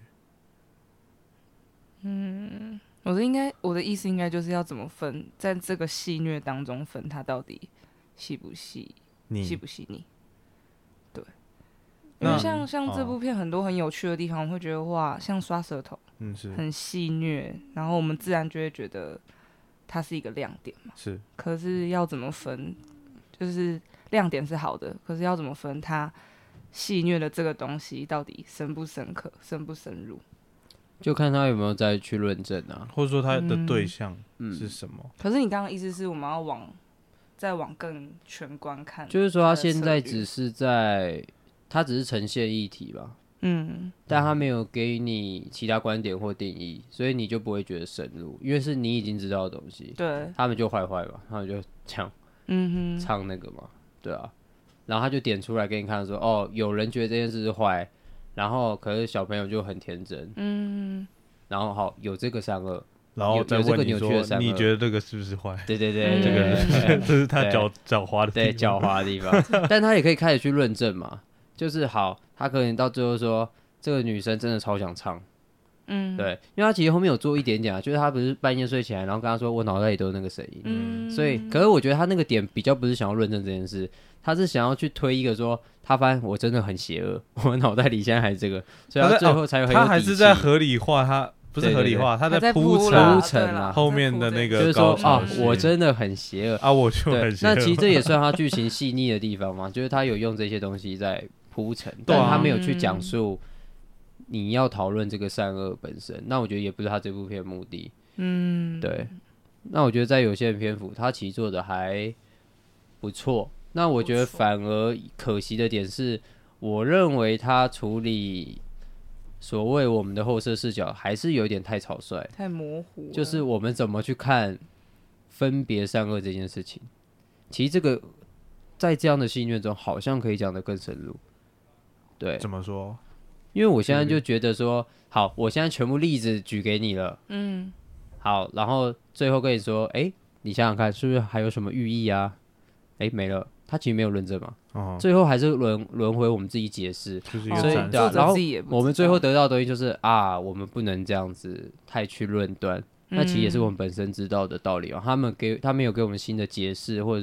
嗯，我的应该我的意思应该就是要怎么分，在这个戏谑当中分它到底细不细，细不细腻？对，因为像像这部片很多很有趣的地方，我会觉得哇，像刷舌头， 嗯，是很戏谑，然后我们自然就会觉得它是一个亮点嘛。 是， 可是要怎么分？就是亮点是好的，可是要怎么分它戏谑的这个东西到底深不深刻、深不深入？ 就看他有没有再去论证啊， 或者说他的对象是什么？ 嗯、可是你刚刚意思是我们要往再往更全观看， 就是说他现在只是在，他只是呈现议题吧，嗯，但他没有给你其他观点或定义，所以你就不会觉得深入，因为是你已经知道的东西， 对， 他们就坏坏吧，他们就唱，嗯哼，唱那个嘛，对啊，然后他就点出来给你看说，哦，有人觉得这件事是坏。然后，可是小朋友就很天真，嗯，然后好有这个善恶， 然后再问你说，你觉得这个是不是坏？ 对对对， 这个人这是他狡狡猾的对狡猾的地方，但他也可以开始去论证嘛，就是好，他可能到最后说这个女生真的超想唱，嗯，对，因为他其实后面有做一点点啊，就是他不是半夜睡起来，然后跟他说我脑袋里都是那个声音，嗯，所以可是我觉得他那个点比较不是想要论证这件事。他是想要去推一个说，他发现我真的很邪恶，我脑袋里现在还是这个，所以他最后才有很有底气。 他还是在合理化，他不是合理化， 他在铺陈陈啊， 后面的那个就是说啊，我真的很邪恶啊，我就很邪恶。 那其实这也算他剧情细腻的地方嘛，就是他有用这些东西在铺陈，但他没有去讲述你要讨论这个善恶本身。那我觉得也不是他这部片的目的。嗯，对。那我觉得在有限篇幅，他其实做的还不错。那我觉得反而可惜的点是，我认为他处理所谓我们的后设视角还是有点太草率、 太模糊， 就是我们怎么去看分别善恶这件事情。其实这个在这样的戏谑中，好像可以讲得更深入。对， 怎么说？ 因为我现在就觉得说，好，我现在全部例子举给你了，嗯，好，然后最后跟你说，哎、欸，你想想看，是不是还有什么寓意啊？哎、欸，没了。他其实没有论证嘛，哦、最后还是轮轮回我们自己解释， 就是一个所以对、啊、然后我们最后得到的东西就是啊，我们不能这样子太去论断，嗯、那其实也是我们本身知道的道理哦。他们给他们有给我们新的解释或者是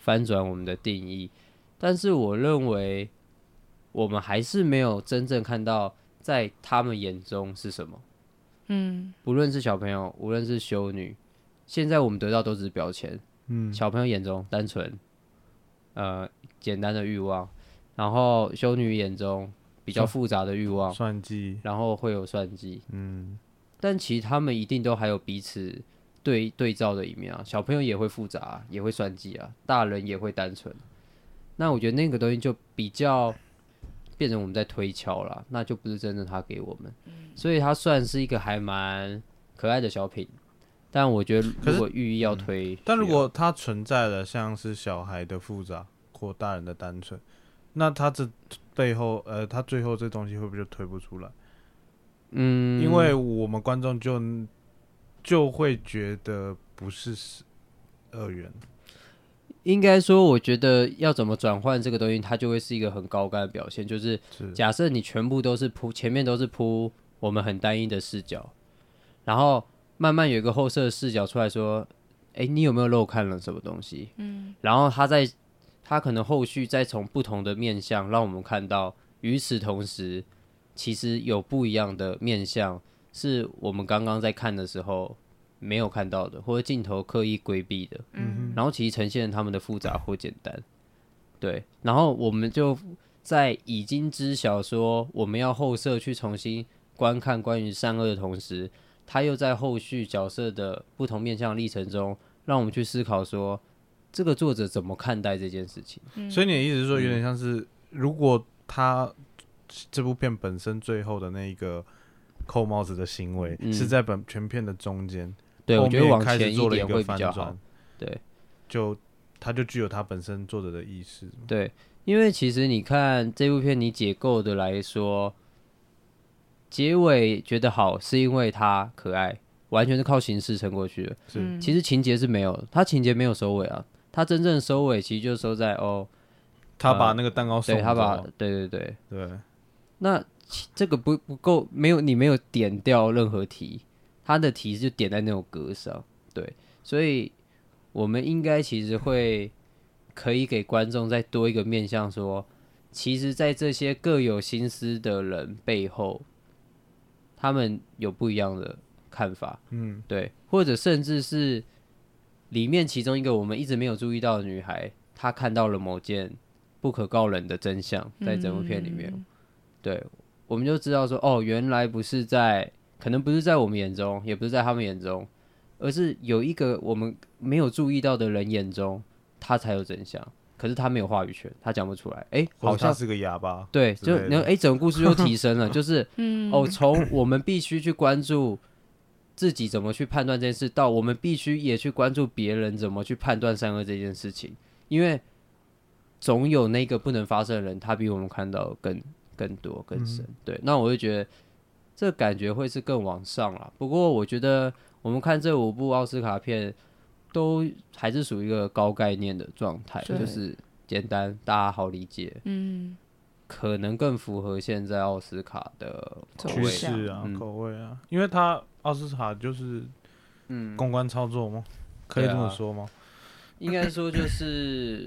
翻转我们的定义。但是我认为我们还是没有真正看到在他们眼中是什么。 嗯， 不论是小朋友，无论是修女，现在我们得到都只是标签。 嗯， 小朋友眼中单纯，呃，简单的欲望，然后修女眼中比较复杂的欲望， 算计， 然后会有算计。 嗯， 但其实他们一定都还有彼此对对照的一面啊。小朋友也会复杂、啊，也会算计啊，大人也会单纯。那我觉得那个东西就比较变成我们在推敲啦，那就不是真正他给我们，所以它算是一个还蛮可爱的小品。但我觉得如果寓意要推， 嗯、但如果它存在了像是小孩的复杂或大人的单纯，那他这背后，呃，他最后这东西会不会就推不出来？嗯，因为我们观众就就会觉得不是二元。 应该说，我觉得要怎么转换这个东西，它就会是一个很高竿的表现。就是假设你全部都是铺，前面都是铺我们很单一的视角，然后慢慢有一个后设的视角出来说，哎，你有没有漏看了什么东西？嗯，然后他在他可能后续再从不同的面向让我们看到，与此同时，其实有不一样的面向是我们刚刚在看的时候没有看到的，或者镜头刻意规避的，嗯，然后其实呈现他们的复杂或简单，对，然后我们就在已经知晓说我们要后设去重新观看关于善恶的同时，他又在后续角色的不同面向历程中，让我们去思考说这个作者怎么看待这件事情。 嗯、所以你的意思是说，有点像是、嗯、如果他这部片本身最后的那一个扣帽子的行为、嗯、是在本全片的中间。 对，我觉得往前一点会比较好。对， 就它就具有它本身作者的意识。 对，因为其实你看这部片，你解构的来说，结尾觉得好，是因为它可爱，完全是靠形式撑过去的。是，其实情节是没有，它情节没有收尾啊。它真正的收尾其实就收在哦， 他把那个蛋糕送走、呃、 对，他把对对对对。 那这个不不够，没有你没有点掉任何题。他的题就点在那种格上，对，所以我们应该其实会可以给观众再多一个面向说，其实在这些各有心思的人背后，他们有不一样的看法，嗯，对，或者甚至是里面其中一个我们一直没有注意到的女孩，她看到了某件不可告人的真相，在整部片里面，嗯、对，我们就知道说，哦，原来不是在。可能不是在我们眼中，也不是在他们眼中，而是有一个我们没有注意到的人眼中，他才有真相。可是他没有话语权，他讲不出来。哎、欸，好像他是个哑巴。 对，就你哎、欸，整个故事就提升了，就是，嗯、哦，从我们必须去关注自己怎么去判断这件事，到我们必须也去关注别人怎么去判断善恶这件事情，因为总有那个不能发生的人，他比我们看到更更多更深。嗯、对，那我就觉得。这感觉会是更往上啦。不过我觉得我们看这五部奥斯卡片，都还是属于一个高概念的状态，就是简单，大家好理解，嗯，可能更符合现在奥斯卡的趋势啊、嗯、口味啊，因为他奥斯卡就是嗯公关操作吗？可以这么说吗？ 啊、应该说就是，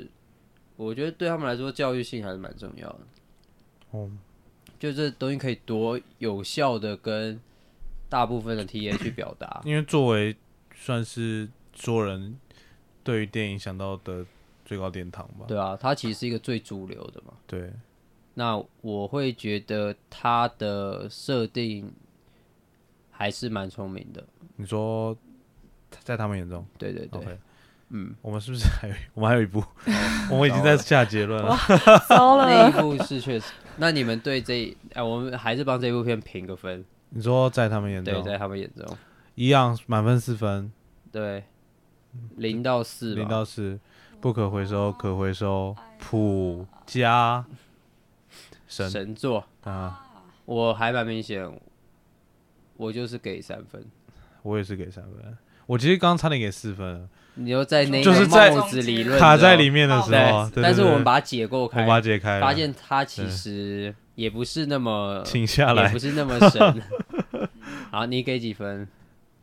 我觉得对他们来说教育性还是蛮重要的。哦。就这东西可以多有效的跟大部分的 T A 去表达， 因为作为算是所有人对于电影想到的最高殿堂吧。 对啊，它其实是一个最主流的嘛。 对， 那我会觉得它的设定还是蛮聪明的。 你说在他们眼中？ 对对对。Okay. 嗯，我们是不是还有我们还有一部？我们已经在下结论了。 糟了， 那一部是确实。那你们对这哎、啊，我们还是帮这部片评个分。 你说在他们眼中？ 对，在他们眼中一样，满分四分。 对，零到四， 零到四，不可回收，可回收，普加神神作啊！我还蛮明显，我就是给三分。 我也是给三分。我其实刚刚差点给四分了。 你又在那个帽子理论卡在里面的时候，对对对对，但是我们把它解构开， 我把它解开了， 发现它其实也不是那么， 请下来， 也不是那么神。好，你给几分？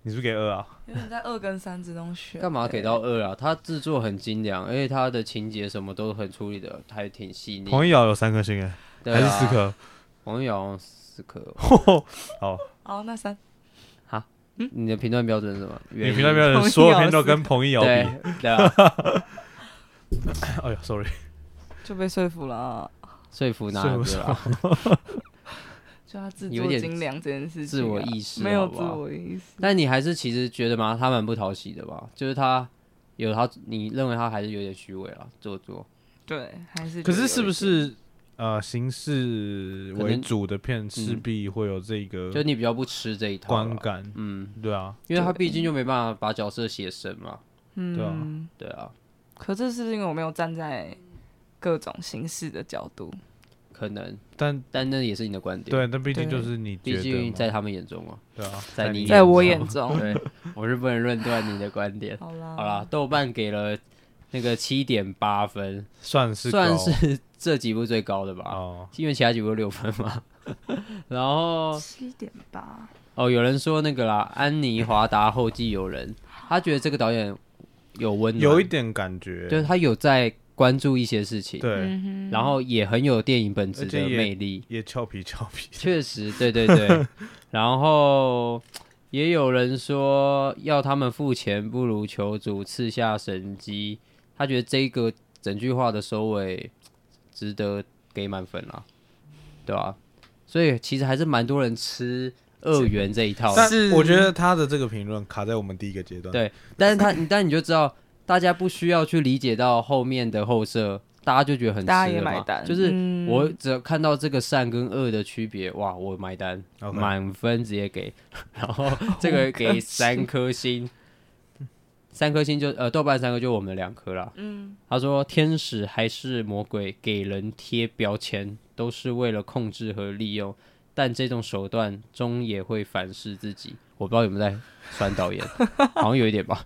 你是不是给二啊？ 有点在二跟三之中选。 干嘛给到二啊？它制作很精良，而且它的情节什么都很处理的，还挺细腻。 彭一瑶有三颗星哎， 对啊、 还是四颗？ 彭一瑶四颗。 好， 好，那三。 哈，嗯，你的评断标准是什么？ 你评断标准所有片都跟彭一瑶比。 对对啊。 哎呀 ，sorry， 就被说服了、啊。 说服哪个啦？ 就他制作精良这件事情、啊， 自我意识没有自我意识。 但你还是其实觉得吗？他蛮不讨喜的吧？就是他有他，你认为他还是有点虚伪啦，做作。 对，还是。 可是是不是呃形式为主的片势必会有这个？ 就你比较不吃这一套观感， 嗯， 对啊， 因为他毕竟就没办法把角色写深嘛。 嗯， 对啊， 对啊。 可这是因为我没有站在各种形式的角度。 可能， 但但那也是你的观点。 对，但毕竟就是你觉得， 毕竟在他们眼中嘛， 对啊， 在你在我眼中， 对，我是不能论断你的观点。 好啦， 好啦，豆瓣给了那个七点八分， 算是算是这几部最高的吧。 哦， 因为其他几部都六分嘛。然后七点八。 哦，有人说那个啦，安妮华达后继有人，他觉得这个导演有温暖， 有一点感觉， 就是他有在关注一些事情， 对， 嗯、 然后也很有电影本质的魅力， 也俏皮俏皮， 确实，对对对。然后也有人说，要他们付钱，不如求主赐下神机。他觉得这个整句话的收尾值得给满分啦，对吧、啊？所以其实还是蛮多人吃二元这一套， 但我觉得他的这个评论卡在我们第一个阶段， 对，但是他，但你就知道。大家不需要去理解到后面的后设，大家就觉得很吃了嘛， 大家也买单。 就是我只有看到这个善跟恶的区别，哇，我买单，满、okay. 分直接给，然后这个给三颗星，三颗星就呃豆瓣三颗就我们两颗啦。嗯，他说天使还是魔鬼，给人贴标签都是为了控制和利用，但这种手段终也会反噬自己。我不知道有没有在酸导演，好像有一点吧。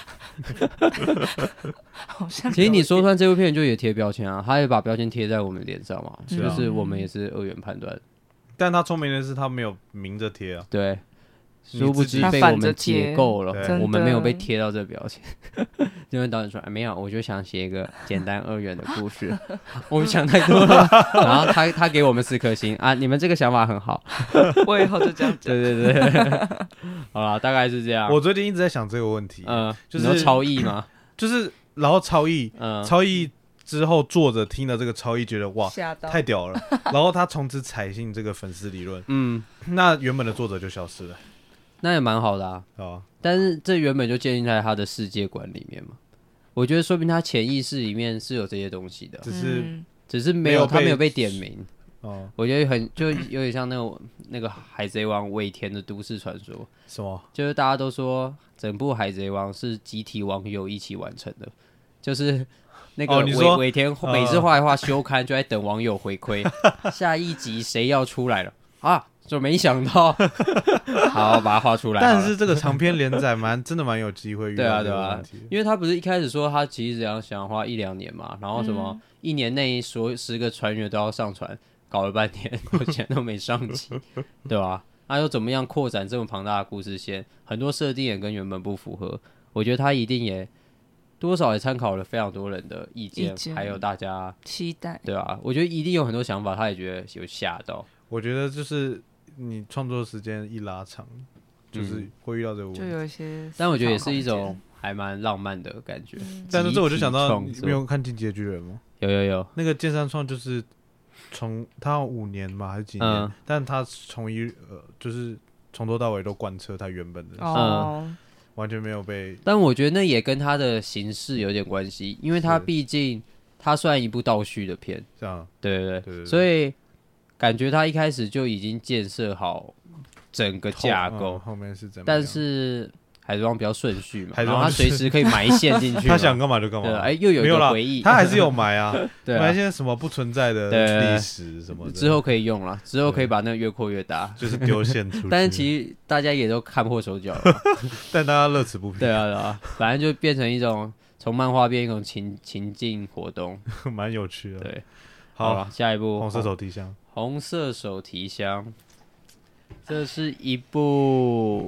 好像其实你说穿这部片就也贴标签啊，他也把标签贴在我们脸上嘛，是、啊、就是我们也是二元判断。 但他聪明的是他没有明着贴啊， 对，殊不知被我们解构了，我们没有被贴到这个标签。因为导演说、哎、没有，我就想写一个简单二元的故事，我们想太多了。然后他他给我们四颗星啊，你们这个想法很好， 我以后就这样讲。 对对对，好啦，大概是这样。 我最近一直在想这个问题，嗯、呃， 就是超译吗？ 就是然后超译，嗯，超译之后作者听了这个超译，觉得哇太屌了，然后他从此采信这个粉丝理论，嗯，那原本的作者就消失了， 那也蛮好的啊。啊，但是这原本就建立在他的世界观里面嘛。我觉得说不定他潜意识里面是有这些东西的， 只是、 嗯、只是没有他没有被点名。哦，我觉得很就有点像那个那个海贼王尾田的都市传说。 什么？ 就是大家都说整部海贼王是集体网友一起完成的，就是那个尾尾田每次画一画休刊就在等网友回馈，下一集谁要出来了啊？就没想到，好把它画出来。 但是这个长篇连载蛮真的蛮有机会遇到这个问题， 对啊对啊，因为他不是一开始说他其实想想花一两年嘛，然后什么、嗯、一年内所十个船员都要上船，搞了半天，目前都没上齐，对吧、啊？那又怎么样扩展这么庞大的故事线？很多设定也跟原本不符合，我觉得他一定也多少也参考了非常多人的意见，意见还有大家期待， 对啊，我觉得一定有很多想法，他也觉得有吓到。 我觉得就是你创作时间一拉长，就是会遇到这个问题， 就有一些， 但我觉得也是一种还蛮浪漫的感觉。嗯、 但是这我就想到，你没有看《进击的巨人》吗？ 有有有， 那个剑山创就是从他五年嘛还是几年，嗯、但他从一呃就是从头到尾都贯彻他原本的，嗯，完全没有被。 但我觉得那也跟他的形式有点关系，因为他毕竟他算一部倒叙的片， 这样， 对对 对, 对, 对, 对， 所以。感觉他一开始就已经建设好整个架构， 后,、嗯、后面是怎么样？ 但是海贼王比较顺序嘛，然后他随时可以埋线进去， 他想干嘛就干嘛。 哎、欸，又有一个回忆， 他还是有埋啊， 对啊， 埋一些什么不存在的历史什么的， 之后可以用了，之后可以把那个越扩越大， 就是丢线出去。 但是其实大家也都看破手脚了， 但大家乐此不疲。 对啊，对啊，反正就变成一种从漫画变一种情情境活动， 蛮有趣的。 对， 好了，下一部红色手提箱。 红色手提箱，这是一部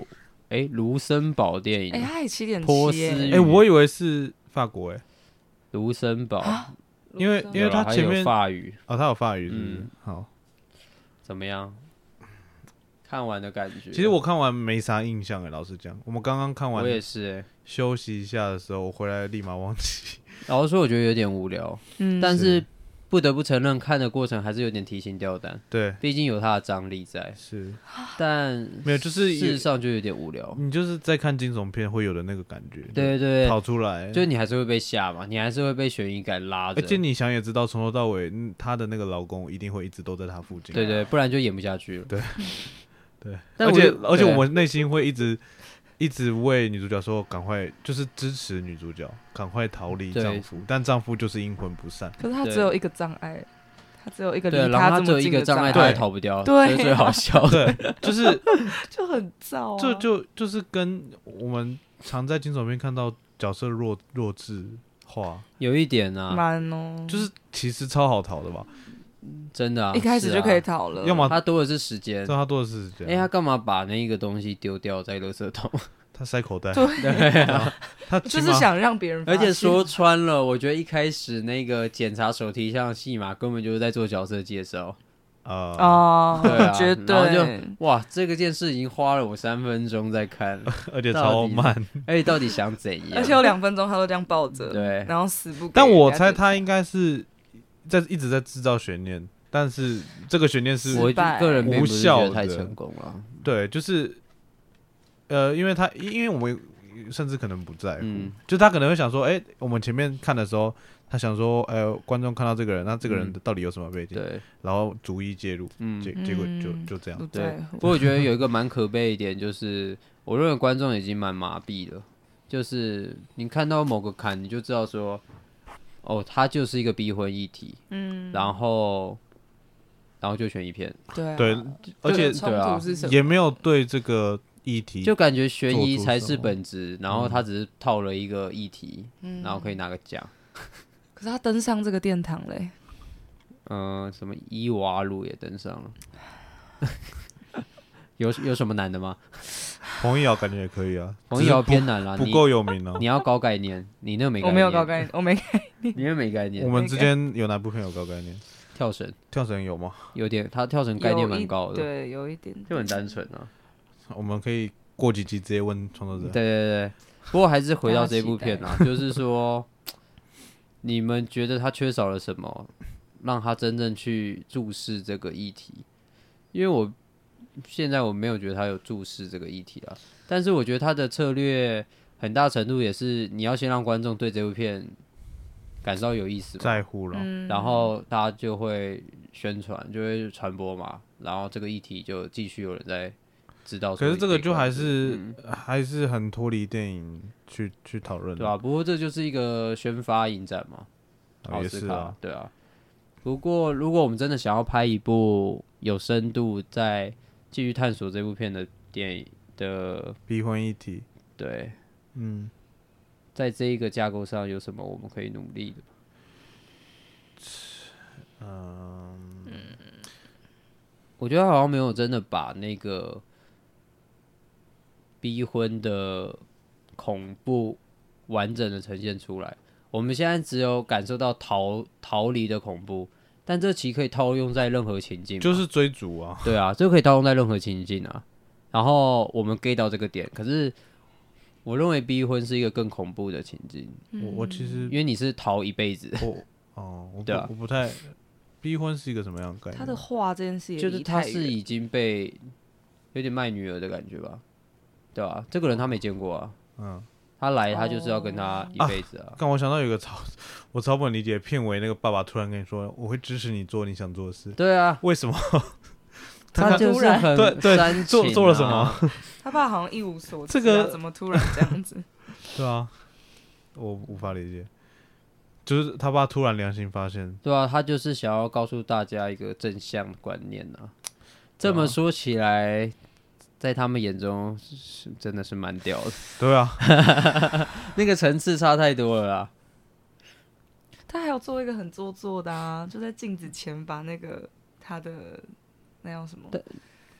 哎卢森堡电影， 哎、欸，他也七点波七，哎、 欸，我以为是法国哎， 卢森堡， 因为因为他前面有法语哦，他有法语是不是？ 嗯好， 怎么样？看完的感觉， 其实我看完没啥印象哎，老实讲，我们刚刚看完， 我也是哎， 休息一下的时候，我回来立马忘记。 老实说，我觉得有点无聊，嗯，但是不得不承认，看的过程还是有点提心吊胆。 对， 毕竟有它的张力在。 是， 但没有，就是事实上就有点无聊。 你就是在看惊悚片会有的那个感觉， 对对对， 跑出来， 就是你还是会被吓嘛，你还是会被悬疑感拉着。 而且你想也知道，从头到尾，她的那个老公一定会一直都在她附近。 对对，不然就演不下去了。 对对， 但而且而且我们内心会一直。一直为女主角说赶快，就是支持女主角赶快逃离丈夫，但丈夫就是阴魂不散。 可是他只有一个障碍，他只有一个离他这么近的障碍， 他还逃不掉， 对， 这是最好笑的。对，就是就很糟、啊， 就就就是跟我们常在惊悚片看到角色弱弱智化， 有一点啊， 蛮哦， 就是其实超好逃的吧。 真的啊， 一开始就可以逃了。 要么他多的是时间， 对，他多的是时间。 哎，他干嘛把那一个东西丢掉在垃圾桶？ 他塞口袋。 对啊， 他就是想让别人发现。而且说穿了，我觉得一开始那个检查手提箱的戏码根本就是在做角色介绍。 啊哦， 对啊， 绝对。 然后就哇，这个件事已经花了我三分钟在看， 而且超慢。 而且到底想怎样？ 而且有两分钟他都这样抱着， 对， 然后死不给。 但我猜他应该是在一直在制造悬念，但是这个悬念是我个人并不是觉得太成功了。 对，就是呃，因为他因为我们甚至可能不在乎， 嗯、 就他可能会想说，哎、欸，我们前面看的时候。他想说，呃，观众看到这个人，那这个人到底有什么背景？ 嗯、对， 然后逐一介入，嗯，结结果就就这样。 对，不过我觉得有一个蛮可悲一点，就是我认为观众已经蛮麻痹了，就是你看到某个坎，你就知道说，哦，他就是一个逼婚议题，嗯，然后，然后就选一片， 对、啊、 对，而且对啊， 也没有对这个议题， 就感觉悬疑才是本质，然后他只是套了一个议题，嗯、然后可以拿个奖。 可是他登上这个殿堂嘞， 嗯、呃，什么伊娃路也登上了，有有什么难的吗？ 彭一瑶感觉也可以啊， 彭一瑶偏难啦， 不够有名啊。 你要高概念，你那个没概念， 我没有高概念，我没概念， 你那没概念。 我们之间有哪部片有高概念？ 跳绳， 跳绳有吗？ 有点，他跳绳概念蛮高的， 对，有一点， 就很单纯啊。 我们可以过几集直接问创作者。 对对对，不过还是回到这部片啊，就是说。你们觉得他缺少了什么，让他真正去注视这个议题？因为我现在我没有觉得他有注视这个议题啊，但是我觉得他的策略很大程度也是你要先让观众对这部片感到有意思， 在乎了， 嗯、 然后大家就会宣传，就会传播嘛，然后这个议题就继续有人在知道。 可是这个就还是、嗯、还是很脱离电影去去讨论， 对啊，不过这就是一个宣发影展嘛，奥斯卡、 啊， 对啊。不过如果我们真的想要拍一部有深度、在继续探索这部片的电影的逼婚议题， 对， 嗯， 在这一个架构上有什么我们可以努力的？ 嗯， 我觉得好像没有真的把那个逼婚的恐怖完整的呈现出来。我们现在只有感受到逃逃离的恐怖，但这其实可以套用在任何情境， 就是追逐啊。 对啊，这可以套用在任何情境啊。然后我们 get 到这个点，可是我认为逼婚是一个更恐怖的情境。 我我其实因为你是逃一辈子， 我哦，我不、 啊、 我不太逼婚是一个什么样的概念？ 他的话这件事也就是他是已经被有点卖女儿的感觉吧，对吧、啊？这个人他没见过啊，嗯。他来，他就是要跟他一辈子啊！ 刚、啊、我想到有一个超，我超不能理解，片尾那个爸爸突然跟你说：“我会支持你做你想做的事。” 对啊， 为什么？ 他就是很对对、 啊、 做做了什么？ 他爸好像一无所知、啊， 这个怎么突然这样子？ 对啊，我无法理解。就是他爸突然良心发现， 对啊，他就是想要告诉大家一个正向的观念啊。这么说起来。在他们眼中是真的是蛮屌的， 对啊， 那个层次差太多了啦。 他还有做一个很做作的啊，就在镜子前把那个他的那叫什么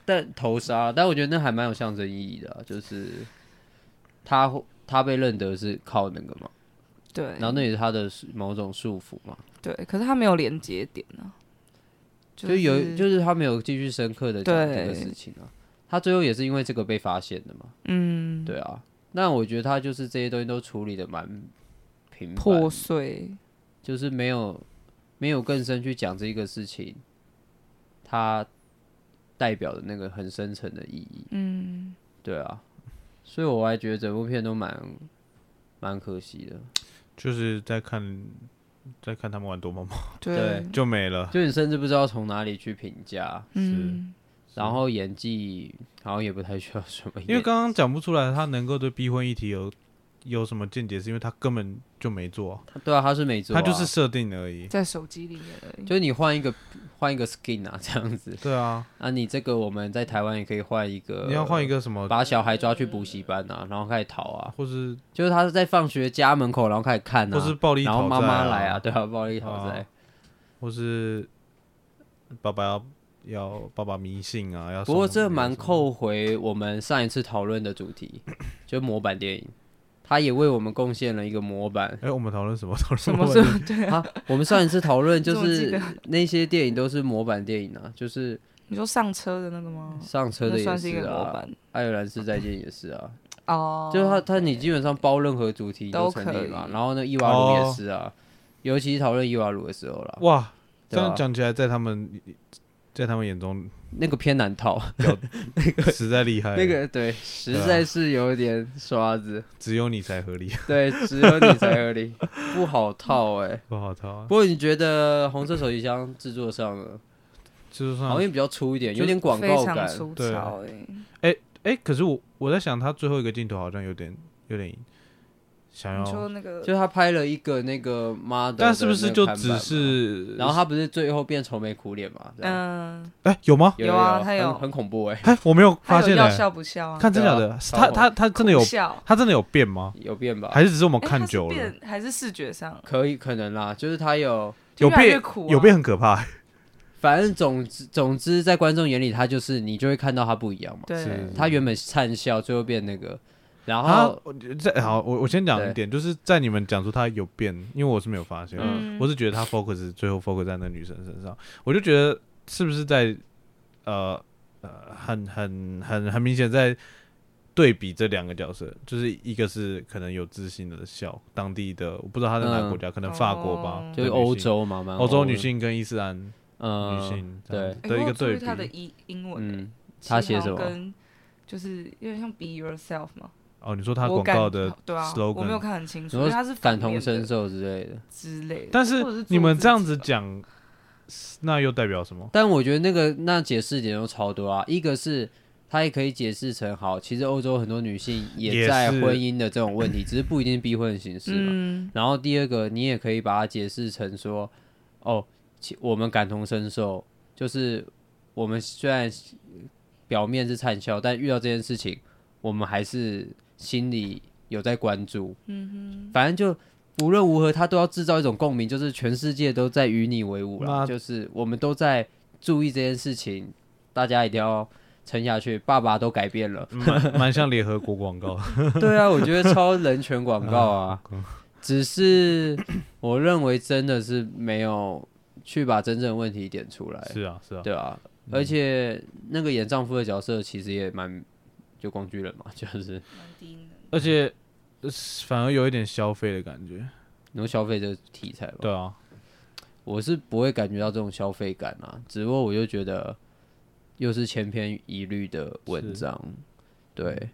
但投杀，但我觉得那还蛮有象征意义的、啊，就是他他被认得是靠那个嘛， 对， 然后那也是他的某种束缚嘛， 对，可是他没有连接点啊，就就是有就是他没有继续深刻的讲这个事情啊，他最后也是因为这个被发现的嘛， 嗯， 对啊，那我觉得他就是这些东西都处理的蛮平凡破碎， 就是没有没有更深去讲这个事情，它代表的那个很深层的意义。 嗯， 对啊，所以我还觉得整部片都蛮蛮可惜的。 就是在看在看他们玩躲猫猫， 对， 就没了。 就你甚至不知道从哪里去评价， 嗯， 然后演技好像也不太需要什么演技， 因为刚刚讲不出来他能够对逼婚议题有有什么见解，是因为他根本就没做、啊。 对啊，他是没做、啊， 他就是设定而已。 在手机里面而已， 就是你换一个换一个 skin 啊，这样子。 对啊， 啊，你这个我们在台湾也可以换一个， 你要换一个什么？ 把小孩抓去补习班啊，然后开始逃啊， 或是就是他是在放学家门口，然后开始看啊， 或是暴力讨债、啊， 然后妈妈来啊，对啊，暴力讨债、 啊，或是爸爸要要爸爸迷信啊，要。 不过这蛮扣回我们上一次讨论的主题，就模板电影。他也为我们贡献了一个模板。 哎、欸，我们讨论什么？讨论什么是？对啊， 我们上一次讨论就是那些电影都是模板电影啊，就是你说上车的那个吗？ 上车的也是是啊，爱尔兰式再见也是啊。哦，就是他他你基本上包任何主题都成立嘛。然后呢，伊瓦鲁也是啊，哦、尤其是讨论伊瓦鲁的时候啦。 哇，这样讲起来，在他们在他们眼中。 那个偏难套， 那个实在厉害。 那个对，实在是有点刷子。 只有你才合理。 对，只有你才合理，不好套哎、欸， 不好套、啊。 不过你觉得红色手机箱制作上呢？ 制作上好像比较粗一点，有点广告感。 粗糙哎。 哎哎，可是我我在想，他最后一个镜头好像有点有点。想要说那个， 就他拍了一个那个 model， 但是不是就只是， 然后他不是最后变愁眉苦脸嘛？嗯， 哎、欸，有吗？ 有啊，他有， 很, 很恐怖哎、 欸，哎，我没有发现、欸， 要笑不笑啊？ 看真假的，他他他真的有，他真的有变吗？ 有变吧？ 还是只是我们看久了？ 欸、还是视觉上可以可能啦，就是他有有变， 啊、 有变很可怕、欸。 反正总之总之，在观众眼里，他就是你就会看到他不一样嘛。 对， 他原本灿笑，最后变那个。然后， 啊、在好，我我先讲一点，就是在你们讲出他有变，因为我是没有发现，嗯、我是觉得他 focus 最后 focus 在那女生身上，我就觉得是不是在呃呃很很很很明显在对比这两个角色，就是一个是可能有自信的笑，当地的我不知道他在哪个国家，嗯、可能法国吧， 哦、就是欧洲嘛， 欧洲女性跟伊斯兰女性、 嗯、 对的一个对比。 他的英英文、欸， 嗯，他写什么？ 跟就是有点像 Be Yourself 嘛。 哦，你说他广告的 slogan，、 啊、我没有看很清楚，因为他是感同身受之类的之类的。 但是你们这样子讲，那又代表什么？ 但我觉得那个那解释点都超多啊。一个是它也可以解释成好，其实欧洲很多女性也在婚姻的这种问题，只是不一定逼婚的形式嘛。嗯、然后第二个，你也可以把它解释成说，哦，我们感同身受，就是我们虽然表面是灿笑，但遇到这件事情，我们还是。心里有在关注，嗯哼，反正就无论如何，他都要制造一种共鸣，就是全世界都在与你为伍啦，就是我们都在注意这件事情，大家一定要撑下去。爸爸都改变了， 蛮像联合国广告。 对啊，我觉得超人权广告啊，只是我认为真的是没有去把真正问题点出来。 是啊，是啊， 对啊，嗯、而且那个演丈夫的角色其实也蛮。就工具人嘛，就是而且反而有一点消费的感觉， 你说消费这个题材吧？ 对啊， 我是不会感觉到这种消费感啊，只不过我就觉得又是千篇一律的文章，对，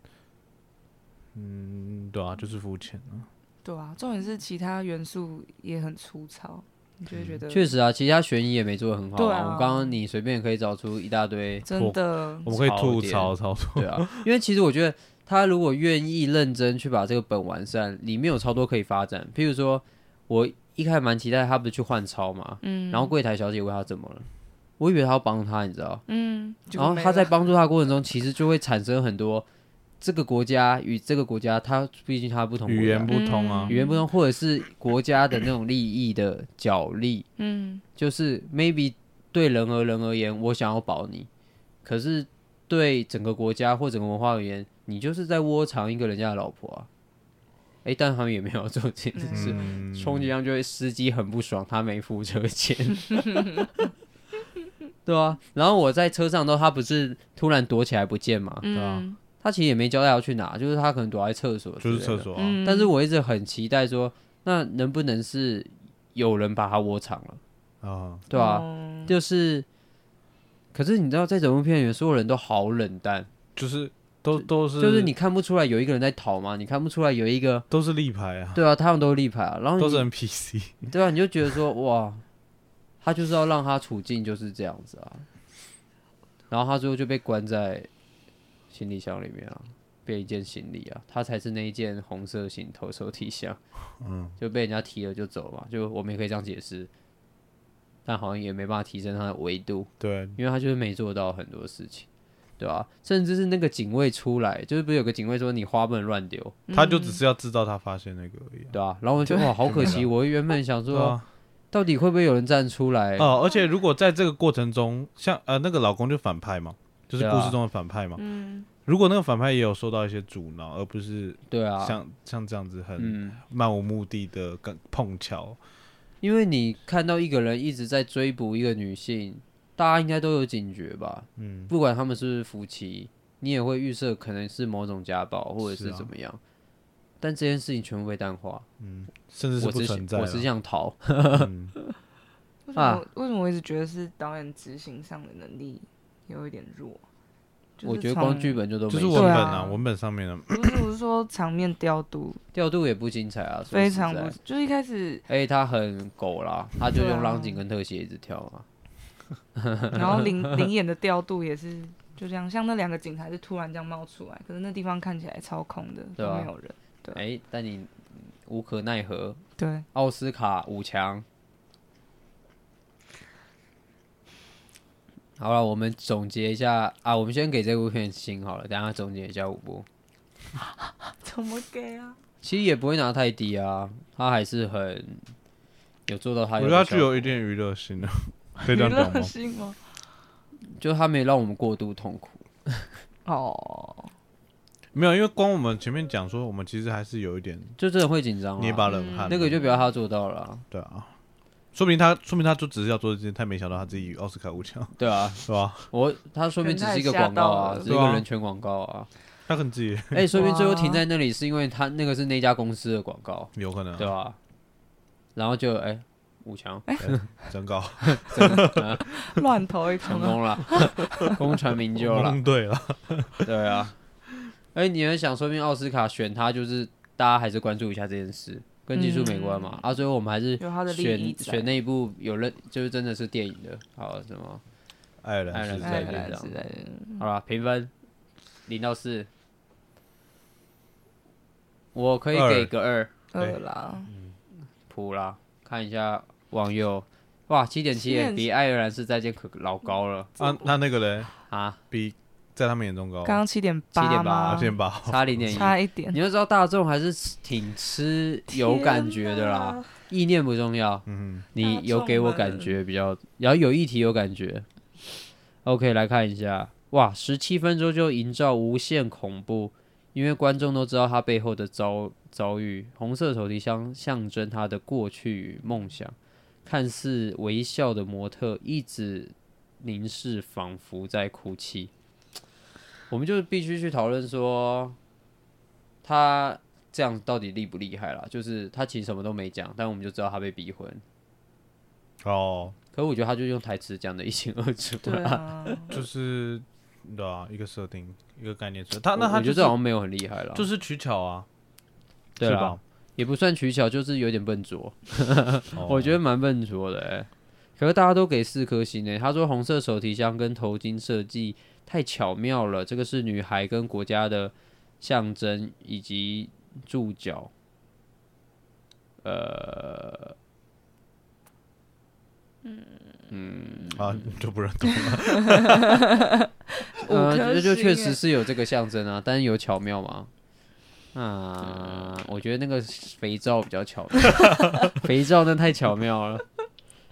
嗯，对啊，就是肤浅啊， 对啊，重点是其他元素也很粗糙。你就会觉得确实啊，其他悬疑也没做得很好啊。 啊我刚刚你随便可以找出一大堆， 真的， 我们可以吐槽超多。 对啊，因为其实我觉得他如果愿意认真去把这个本完善，里面有超多可以发展。譬如说，我一开始蛮期待他不是去换钞嘛，嗯，然后柜台小姐问他怎么了，我以为他要帮他，你知道， 嗯， 然后他在帮助他的过程中，其实就会产生很多。这个国家与这个国家，它毕竟它不同国家， 语言不通啊， 语言不通，或者是国家的那种利益的角力，嗯，就是 maybe 对人而人而言，我想要保你，可是对整个国家或整个文化而言，你就是在窝藏一个人家的老婆啊。哎，但他们也没有做这件事， 嗯充其量就会司机很不爽，他没付车钱，对啊。然后我在车上都，他不是突然躲起来不见嘛， 嗯对啊， 他其实也没交代要去哪，就是他可能躲在厕所， 就是厕。所啊， 嗯但是我一直很期待说，那能不能是有人把他窝藏了， 啊， 对吧、 哦就是，可是你知道，在整部片里面，所有人都好冷淡， 就是都都是就是你看不出来有一个人在逃吗？你看不出来有一个， 都是立牌啊， 对啊，他们都是立牌啊，然后都是你 N P C， 对啊，你就觉得说，哇，他就是要让他处境就是这样子啊，然后他最后就被关在行李箱里面啊，变一件行李啊，他才是那一件红色行头手提箱， 嗯， 就被人家提了就走嘛，就我们也可以这样解释，但好像也没办法提升他的维度， 对， 因为他就是没做到很多事情，对吧、甚至是那个警卫出来，就是不是有个警卫说你花不能乱丢， 他就只是要制造他发现那个而已啊。 对吧、然后我就觉得哇，好可惜，我原本想说， 对啊， 到底会不会有人站出来？ 哦，而且如果在这个过程中，像呃那个老公就反派嘛，就是对啊故事中的反派嘛。 嗯， 如果那个反派也有受到一些阻挠，而不是对啊， 像像这样子很嗯， 漫无目的的跟碰巧， 因为你看到一个人一直在追捕一个女性，大家应该都有警觉吧？ 嗯， 不管他们是不是夫妻，你也会预设可能是某种家暴或者是啊是怎么样。但这件事情全部被淡化， 甚至是我只不存在啦。 我只想逃。 嗯为什么、 啊为什么我一直觉得是导演执行上的能力有一点弱？就是我觉得从光剧本就都没就是戏文本啊， 对啊文本上面的， 不是，我是说场面调度调度也不精彩啊，说实在非常不，就是一开始， 哎，他很狗啦，他就对啊用浪景跟特写一直跳啊。 然后灵灵眼的调度也是就这样，像那两个警察是突然这样冒出来，可是那地方看起来超空的， 对啊都没有人。对哎，但你无可奈何， 对， 奥斯卡五强。好了，我们总结一下啊，我们先给这部片星好了，等一下总结一下五部。 怎么给啊？ 其实也不会拿太低啊，他还是很有做到他有我觉得它具的效果有一点娱乐性的，可以娱乐这样讲吗？ 性吗？ 就他没让我们过度痛苦。 哦， 没有，因为光我们前面讲说，我们其实还是有一点就真的会紧张啊， 捏把冷汗。 那个就不要他做到了啊、 对啊，说明他说明他就只是要做这件，他没想到他自己奥斯卡五强， 对啊， 是吧？ 我他说明只是一个广告啊，只是一个人权广告啊。 他很自己哎、欸，说明最后停在那里是因为他那个是那家公司的广告， 有可能、啊， 对吧、然后就哎、欸、五强真高， 乱投一通啊！ 成功了，功成名就了。 蒙对了， 对啊，哎、欸，你很想说明奥斯卡选他，就是大家还是关注一下这件事，跟技术没关嘛。 嗯、 啊，最后我们还是有他的利益选选那一部有认，就是真的是电影的，好什么爱尔兰爱尔兰是在爱尔兰是在好了，评分零到四，我可以给个二， 二啦， 普啦，看一下网友，哇，七点七，比爱尔兰是再见可老高了啊。那那个嘞啊， 比在他们眼中高， 刚刚七点八， 七点八， 七点八， 差零点一， 差一点。 你就知道大众还是挺吃有感觉的啦，意念不重要， 嗯， 你有给我感觉比较，然后有议题有感觉。OK， 来看一下，哇，十七分钟就营造无限恐怖。因为观众都知道他背后的遭遭遇，红色手提箱象征他的过去与梦想。看似微笑的模特一直凝视，仿佛在哭泣。我们就必须去讨论说，他这样到底厉不厉害啦？就是他其实什么都没讲，但我们就知道他被逼婚。 哦， 可我觉得他就用台词讲的一清二楚。 对啊， 就是对啊，一个设定，一个概念出来。他那他、就是、 我觉得这好像没有很厉害啦， 就是取巧啊， 对啦，也不算取巧，就是有点笨拙。 哦、 我觉得蛮笨拙的哎、欸。可是大家都给四颗星哎、欸。他说红色手提箱跟头巾设计太巧妙了，这个是女孩跟国家的象征以及注脚。呃，嗯啊，就不认同了。 呃，就确实是有这个象征啊，但是有巧妙吗？啊，我觉得那个肥皂比较巧妙，肥皂那太巧妙了。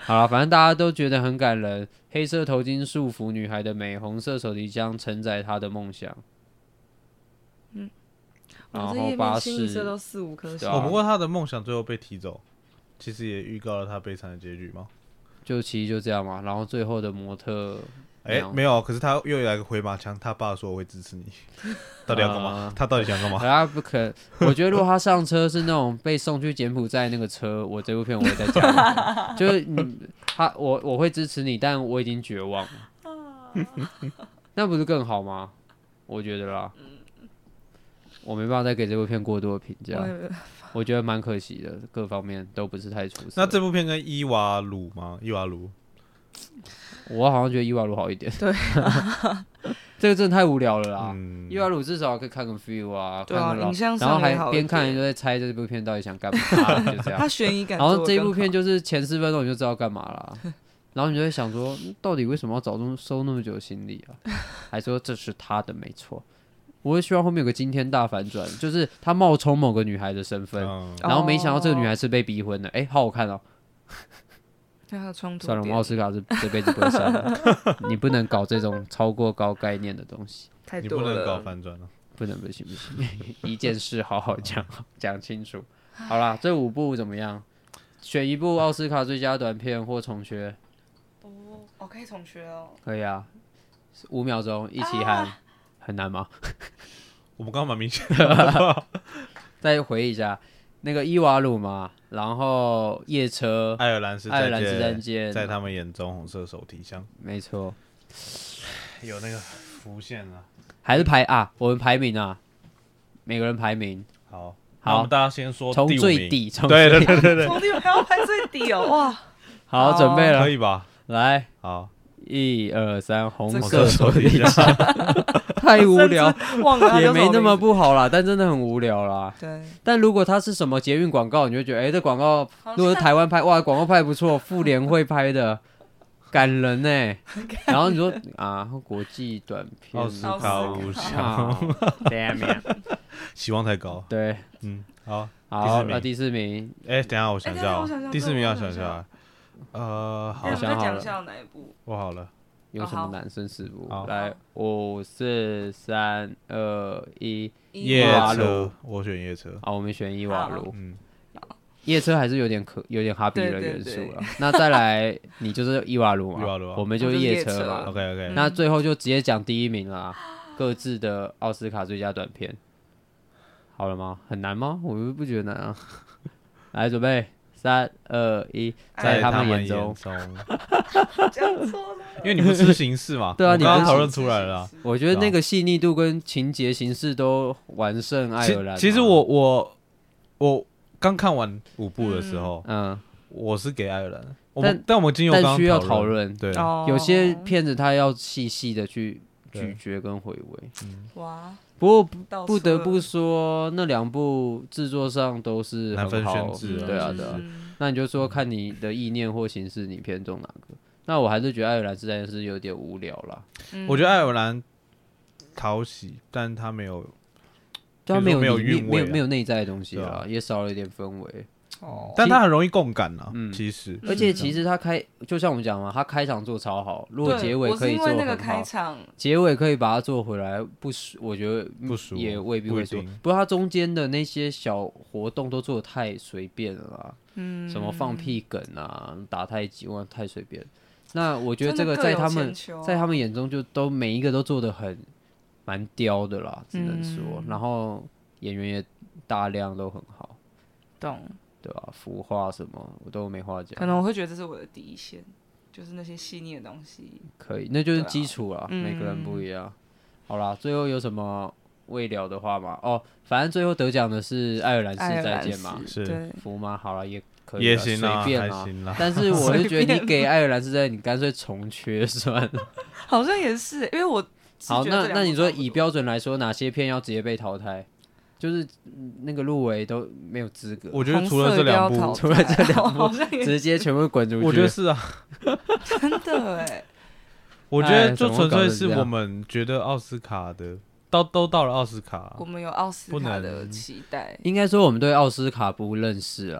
好了，反正大家都觉得很感人。黑色头巾束缚女孩的美，红色手提箱承载她的梦想。 嗯， 然我这页后巴士面清一色都四五颗星。 对啊哦，不过他的梦想最后被提走，其实也预告了他悲惨的结局嘛。 就其实就这样嘛。然后最后的模特， 哎、欸，没有，可是他又有来个回马枪，他爸说我会支持你，到底要干嘛？呃、他到底想干嘛？ 他不可，我觉得如果他上车是那种被送去柬埔寨那个车，我这部片我会在家里，就是你他我我会支持你，但我已经绝望了，那不是更好吗？我觉得啦，我没办法再给这部片过多的评价，我觉得蛮可惜的，各方面都不是太出色。 那这部片跟伊娃鲁吗？伊娃鲁。 我好像觉得伊瓦鲁好一点， 对， 这个真的太无聊了啦。 嗯、 伊瓦鲁至少可以看个 feel 啊， 对啊， 看个影像然后还边看就就在猜这部片到底想干嘛，就这样。 他悬疑感， 然后这一部片就是前四分钟你就知道干嘛啦，然后你就会想说，到底为什么要找那么收那么久的心力啊？还说这是他的没错。我会希望后面有个惊天大反转，就是他冒充某个女孩的身份，嗯、然后没想到这个女孩是被逼婚的，哎、欸，好好看哦。算了，我们奥斯卡是这辈子不会上的。你不能搞这种超过高概念的东西， 太多了。 你不能搞反转了， 不能，不行不行，一件事好好讲讲清楚。好啦，这五部怎么样？选一部奥斯卡最佳短片或重缺。 哦，我可以重缺哦。 可以啊，五秒钟一起喊，啊、很难吗？ 我们刚刚蛮明显的。 再回忆一下。那个伊瓦鲁嘛，然后夜车， 爱尔兰是爱尔兰是战舰， 在他们眼中红色手提箱， 没错， 有那个浮现了， 还是排啊，我们排名啊，每个人排名， 好， 好， 我们大家先说从最底，从对对对对对， 从底还要排最底哦，哇， 好，准备了， 可以吧？ 来， 好， 一二三，红色手提箱。太无聊，也没那么不好啦，但真的很无聊啦。 对， 但如果它是什么捷运广告，你就觉得，哎、欸，这广告如果是台湾拍，哇，广告拍不错，妇联会拍的，感人呢、欸。然后你说啊，国际短片， 奥斯卡五项 ，damn it， 希望太高。 对， 嗯，好， 好，那第四名， 哎、欸，等一下我想一下、喔， 欸、 第四名要想一下，呃，好， 我想好了，哪一部？ 我好了。 有什么男生事部？ 哦、 来，五四三二一， 夜车，我选夜车。 好，我们选伊瓦鲁。 嗯， 夜车还是有点可有点哈比的元素了。那再来，你就是伊瓦鲁嘛， 啊、 我们就夜车嘛。 OK OK。 那最后就直接讲第一名啦，各自的奥斯卡最佳短片。好了吗？很难吗？我不觉得难啊。来，准备。三二一，在他们眼中， 讲错了， 因为你不吃形式嘛， 对啊， 你刚刚讨论出来了。 我觉得那个细腻度跟情节形式都完胜爱尔兰。 其实我我我刚看完五部的时候， 嗯， 我是给爱尔兰， 但但我们经由刚刚需要讨论， 对， 有些片子它要细细的去咀嚼跟回味。 哇。 不过不得不说，那两部制作上都是很好，对啊对啊。嗯、那你就说看你的意念或形式，你偏重哪个？那我还是觉得爱尔兰这件事有点无聊啦。 嗯、 我觉得爱尔兰讨喜，但它没有， 它没有没有韵味、啊， 没有没有内在的东西啦，也少了一点氛围。 哦， 但它很容易共感啊， 嗯， 其实， 而且其实它开，就像我们讲嘛，它开场做超好，如果结尾可以做很好， 那个开场结尾可以把它做回来，不输，我觉得不输也未必会输。不过它中间的那些小活动都做得太随便了啦，嗯，什么放屁梗啊，打太极，哇，太随便。那我觉得这个在他们在他们眼中就都每一个都做得很蛮刁的啦，只能说，嗯、然后演员也大量都很好， 懂。 对吧、啊？服化什么我都没话讲。 可能我会觉得这是我的底线，就是那些细腻的东西。 可以，那就是基础啦、啊， 每个人不一样。好啦，最后有什么未了的话吗？哦，反正最后得奖的是爱尔兰式再见嘛， 是服吗？好了，也可以， 也行啊，随便啦。 但是我就觉得你给爱尔兰式再见，你干脆重缺算了。 好像也是，因为我好，那那你说以标准来说，哪些片要直接被淘汰？就是那个入围都没有资格。 我觉得除了这两部， 除了这两部，直接全部滚出去。 我觉得是啊， 真的哎。 我觉得就纯粹是我们觉得奥斯卡的，到都到了奥斯卡， 我们有奥斯卡的期待。 应该说我们对奥斯卡不认识啦。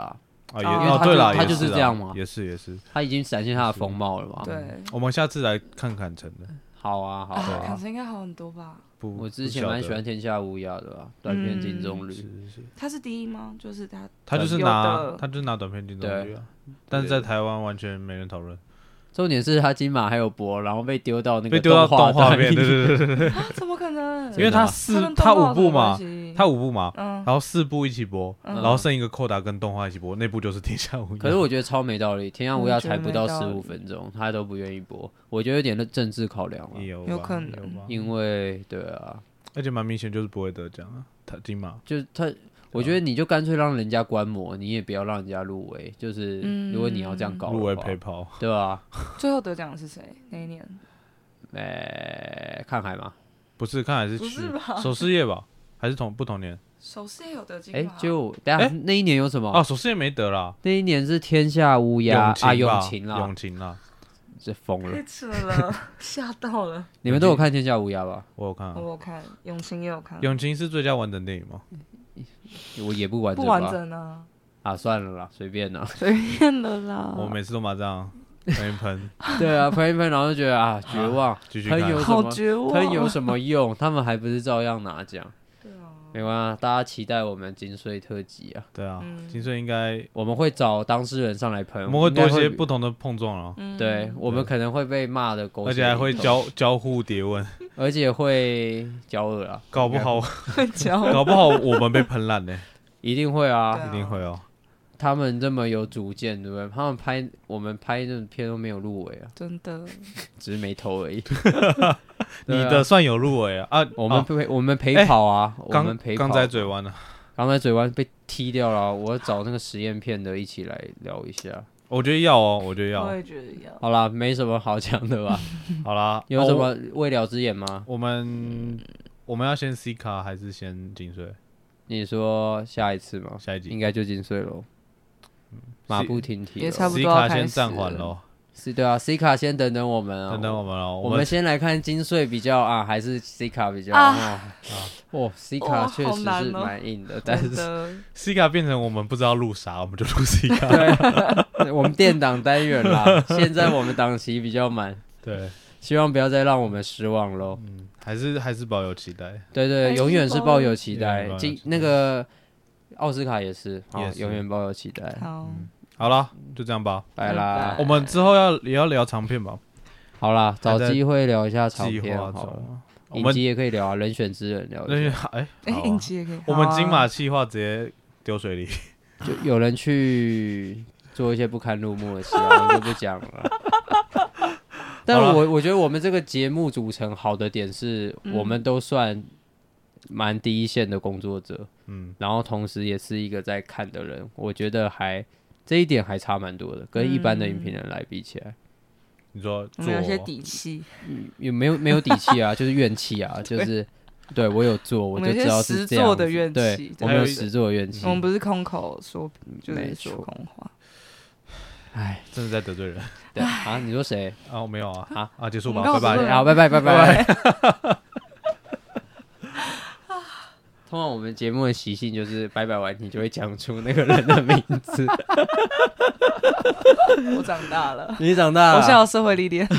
啊，也哦因为他哦对啦， 就他就是也啊这样嘛也是也是。 他已经展现他的风貌了嘛。 对， 我们下次来看坎城的， 好啊，好啊， 啊坎。城应该好很多吧？ 不， 我之前蛮喜欢《天下乌鸦》的啊，短片金棕榈。 是是是， 他是第一吗？就是他， 他就是有拿的他就是拿短片金棕对榈啊，但是在台湾完全没人讨论， 重点是他金马还有播，然后被丢到那个被丢到动画片，对对对对对， 啊，怎么可能？ 因为他他四跟他动画有什么五部嘛关，系他五部嘛， 嗯然后四部一起播， 嗯然后剩一个扣打跟动画一起播，那部就是《天下无可是我觉得超没道理，《天下乌鸦》才不到十我也觉得没道理五分钟，他都不愿意播，我觉得有点政治考量了。 有吧有可能有吧， 因为对啊， 而且蛮明显就是不会得奖啊，他金马就是他，我觉得你就干脆让人家观摩，你也不要让人家入围。就是嗯如果你要这样搞的话， 入围陪跑， 对吧？ 最后得奖的是谁？那一年？ 诶，看海嘛， 不是看还是不去是吧首饰业吧，还是同不同年？ 首饰也有得金哎， 马就等下诶那一年有什么？ 哦，首饰业没得啦， 那一年是天下乌鸦啊， 永永晴啦， 永晴啦， 这疯了太。扯了，吓到了。 你们都有看天下乌鸦吧？ 我有看啊， 我有看，永晴也有看， 永晴是最佳完整电影吗？ 我也不完整不吧。 完整啊， 啊，算了啦，随便啦。 随便的啦。 我每次都嘛这样喷一喷， 对啊，喷一喷，然后就觉得啊，绝望， 继续看喷有什好么绝望， 喷有什么用？他们还不是照样拿奖？ 对啊， 没关系，大家期待我们金穗特辑啊， 对啊， 嗯金穗应该我们会找当事人上来喷， 我们会多一应该些不同的碰撞了， 嗯对，我们可能会被骂的狗血淋头， 而且还会交交互诘问， 而且会交恶啊， 搞不好会教， 搞不好我们被喷烂呢， 一定会啊对， 一定会哦。 他们这么有主见，对不对？他们拍我们拍那种片都没有入围啊， 真的。 只是没投而已。 你对啊的算有入围啊啊！哦我们陪我们陪跑啊，我们刚陪跑刚在嘴湾呢， 刚才嘴湾被踢掉了，我找那个实验片的一起来聊一下。 我觉得要哦，我觉得要。 我也觉得要。 好啦，没什么好讲的吧？ 好啦， 有什哦么未了之言吗？ 我们我们要先 C 卡还是先金穗？ 你说下一次吗？ 下一集应该就金穗喽。马不停蹄咯， 也差不多 C 要开始卡先暂缓喽， 是，对啊，C 卡先等等我们啊， 等等我们喽。 我们先来看金穗比较啊，还是 C 卡比较啊哦哦，C 卡哇确实是好难哦蛮硬的，但是真的， C 卡变成我们不知道录啥，我们就录 C 卡。 对，我们电档单元啦，现在我们档期比较满， 对， 希望不要再让我们失望喽。 嗯，还是还是抱有期待。 对对， 还是永远是抱有期永待远抱。有今期待那个奥斯卡也是，好也，是永远抱有期待。 好， 好了，就这样吧。 拜啦， 我们之后要也要聊长片吧， 好啦，找还在机会聊一下长计片好了。 划中。我影们集也可以聊啊，人选之人聊一那下。 些哎， 哎， 好啊影集也可以。 我们好啊金马计划直接丢水里。 就有人去做一些不堪入目的事啊，我就不讲了。但好啦我我觉得我们这个节目组成好的点是， 嗯我们都算蛮第一线的工作者， 嗯， 然后同时也是一个在看的人，我觉得还这一点还差蛮多的，跟一般的影评人来比起来， 你说做我们有些底气， 有没有没有底气啊，就是怨气啊，就是对我有做，我我们有些就知道是实这样子做的怨对气， 我们有实做的怨气我。们不是空口说，就没是说错空话。 哎， 真的在得罪人对啊，你说谁？ 啊？我没有啊啊啊，结束吧， 我们拜拜刚刚不是。 好，拜拜拜拜。通常我们节目的习性就是拜拜完，你就会讲出那个人的名字。 我长大了， 你长大了， 我现在有社会历练。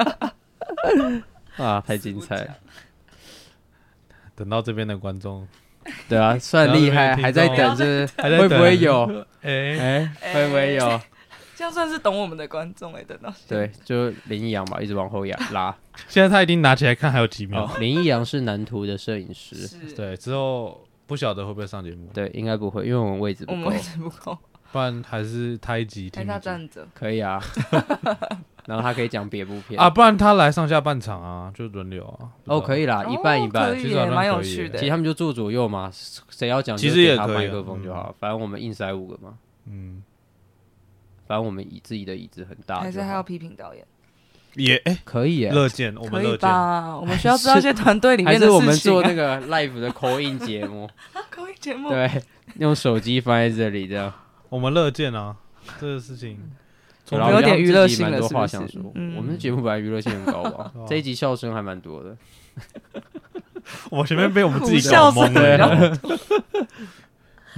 啊，太精彩了。 等到这边的观众对啊，算厉害，还在然后这边听众等着， 还在会不会等有？ 哎， 哎，会不会有？ 这样算是懂我们的观众哎，等到现在对，就林奕阳吧，一直往后压拉。 现在他已经拿起来看还有几秒哦，。林奕阳是南图的摄影师， 是， 对，之后不晓得会不会上节目， 对，应该不会，因为我们位置不够我们位。置不够， 不然还是他一集还是他听一集站着。 可以啊，然后他可以讲别部片啊，。不然他来上下半场啊，就轮流啊。 哦，可以啦，一半一哦半可。以耶其实好像蛮有可以耶趣的其实他们就坐左右嘛，谁要讲其就实也可以啊给他麦克风就好，反正我们硬塞五个嘛， 嗯， 反正我们以自己的椅子很大就好， 还是还要批评导演？ 也哎， 可以耶。 乐见我们可以乐见， 吧？我们需要知道一些团队里面的还是我们事情啊。 做那个 live 的 call in 节目， 可以节目， 对，用手机放在这里这样， 我们乐见啊，这个事情然后有点娱乐自己蛮多性了是不是话想说。 嗯我们的节目本来娱乐性很高吧哦， 这一集笑声还蛮多的。 我前面被我们自己苦笑声搞懵了， 对你知道吗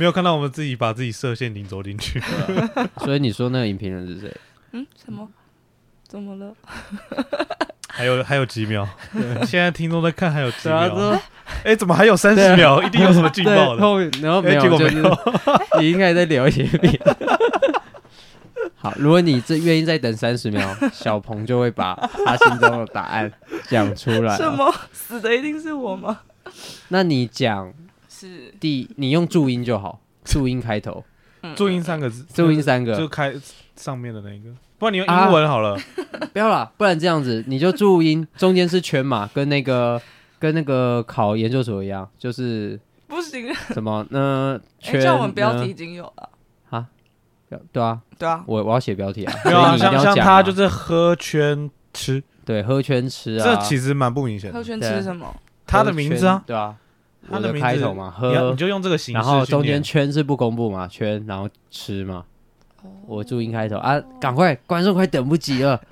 没有看到我们自己把自己设陷阱走进去。 所以你说那个影评人是谁？ 嗯，什么？怎么了？ 还有还有几秒，现在听众在看还有几秒。 对啊， 哎，怎么还有三十秒？一定有什么劲爆的。 后面然后没有， 结果没有，你应该在聊一些别的。好，如果你这愿意再等三十秒，小鹏就会把他心中的答案讲出来。 什么？死的一定是我吗？ 那你讲是第，你用注音就好，注音开头， 注音三个字， 注音三个， 就开上面的那个。不然你用英文好了。 不要啦，不然这样子，你就注音，中间是圈嘛，跟那个跟那个考研究所一样，就是不行。 什么呢？圈哎，这样我们标题已呢经有了。 啊？对啊， 对啊， 我我要写标题啊， 没有啊， 所以你一定像像要讲啊他就是喝圈吃， 对喝圈吃啊， 这其实蛮不明显的。 喝圈吃什么？ 他的名字啊， 对啊，我的他的名字开头嘛，喝你要你，就用这个形式然后中去念间圈是不公布嘛，圈然后吃嘛，我注音开头啊，赶快，观众快等不及了，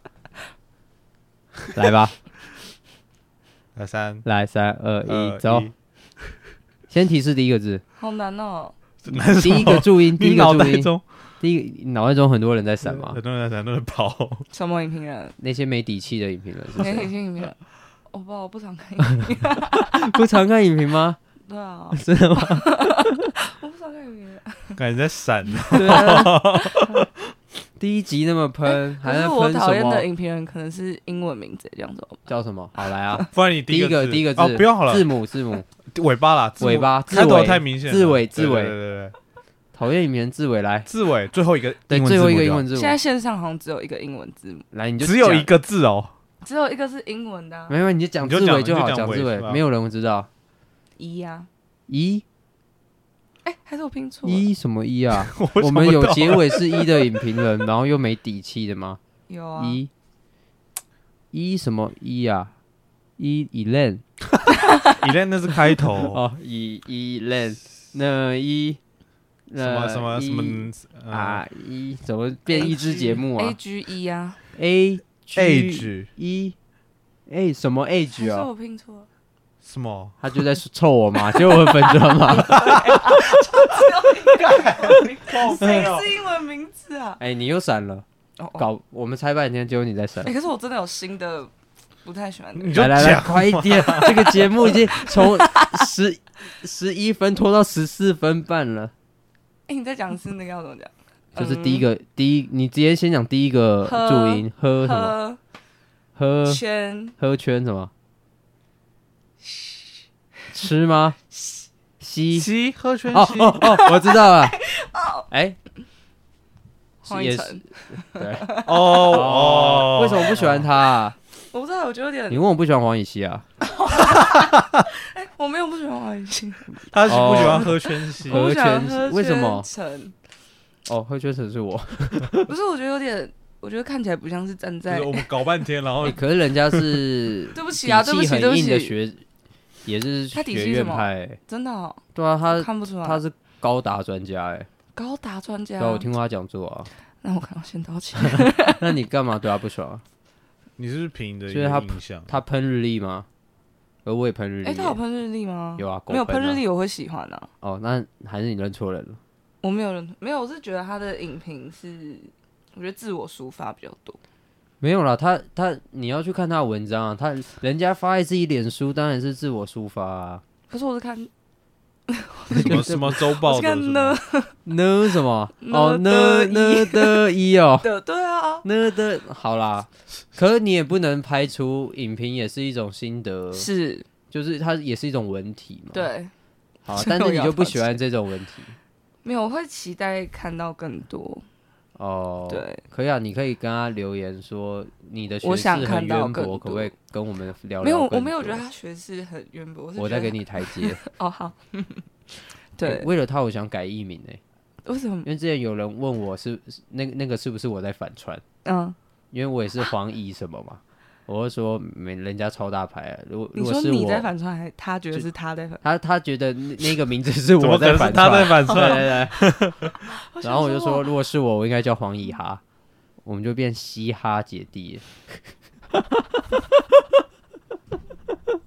来吧， 来三来三二二一，走，先提示第一个字， 好难哦。 难第一个注音，第你一个注音， 脑袋中第一个脑袋中很多人在闪嘛很，多人在闪，很多人跑。 什么影评人？ 那些没底气的影评人是没谁？ 影评人。我不知道，我不常看影评。 不常看影评吗？ 对啊， 真的吗？ 我不常看影评人。 感觉在闪。 对啊，第一集那么喷，还可是在喷什我讨厌的么？ 影评人可能是英文名字，这样子好吗？ 叫什么？好来啊， 不然你第一个字个第一个字哦，不用好了字，母字母， 尾巴啦，字母尾巴开头字尾太明显了， 字尾字尾对对对对对， 讨厌影评人字尾来， 字尾最后一个对， 英文最后一字母就好个英文字母现，在线上好像只有一个英文字母， 来你就讲只有一，个字哦。 只有一个是英文的啊。 没有你就讲你就讲字尾就好， 你就讲讲字尾尾是，吧没有人会知道。 一呀， 一哎，还是我拼错了？ 一什么一啊？ 我我们有想不到结尾是一的影评人，然后又没底气的吗？ 有啊。 一一什么一啊？一 Elen Elen 那是开头， 哦，一 Elen 那一什么什么一什么呃啊一怎么变益智节目 A 啊 G E 啊， ？A G age 一哎什么还 age 是啊？ 我拼错了？ 什么？ 他就在臭我嘛，就我粉砖嘛。 谁是英文名字啊？ 哎，你又闪了， 哦哦， 搞我们猜半天，结果你在闪哎，。可是我真的有新的不太喜欢的。 你就来来来， 讲快一点！这个节目已经从十十一分拖到十四分半了。 哎，你再讲一次那个要怎么讲？ 就是第一个，第一，你直接先讲第一个喝注音，喝什么？ 喝喝圈喝圈什么？吃吗？吸？ 西喝圈西， 哦哦哦，我知道了。哎，也是黄一晨， 对哦哦， 为什么不喜欢他啊？ 我不知道，我觉得有点你问我不喜欢黄以希啊？ 哎，我没有不喜欢黄以欣， 他是不喜欢喝圈西？ 喝我不喜欢圈喝为什么圈橙哦，喝圈成是我。 不是，我觉得有点，我觉得看起来不像是站在。 就是我们搞半天，然后欸可是人家是对不起啊，对不起，对不底气很硬的起， 学，也是他底学院气什么派。 真的哦对啊， 我他看不出来。 他是高达专家哎， 高达专家对啊，，我听过他讲座啊。 那我可能先道歉。 那你干嘛对他不爽啊？ 你是不是凭的一所以他个印象？ 他喷日历吗？而我也喷日历哎， 耶。 他有喷日历吗？ 有啊，狗没有喷啊日历，我会喜欢啊。 哦，那还是你认错人了。 我没有人没有，我是觉得他的影评是，我觉得自我抒发比较多。 没有啦，他他你要去看他的文章啊，他人家发在自己脸书，当然是自我抒发啊。 可是我是看， 什么什么周我是报的什看呢么？ 呢什么？ 呢哦呢的呢的一哦。 的，对啊， 呢的好啦，可是你也不能排除影评也是一种心得， 是， 就是它也是一种文体嘛。， 对， 好， 这个我要但是你就不道歉喜欢这种文体没有，我会期待看到更多。 哦。 对， 可以啊，你可以跟他留言说你的学我识很想看到渊博， 更多可不可以跟我们聊聊？ 没有，我没有觉得，他学识很渊博，我是觉得我再给你台阶。 哦，好，对， 为了他，我想改艺名诶， 为什么因？为之前有人问我是那那个是不是我在反串， 嗯， 因为我也是黄乙什么嘛，我就说没人家超大牌啊，如果你如果是说你在我， 反串，还他觉得是他在反， 他他觉得那那个名字是怎么我在可能是他反串， 在反串？ 对对对。 想然后我就说， 哇如果是我，我应该叫黄以哈，我们就变嘻哈姐弟了。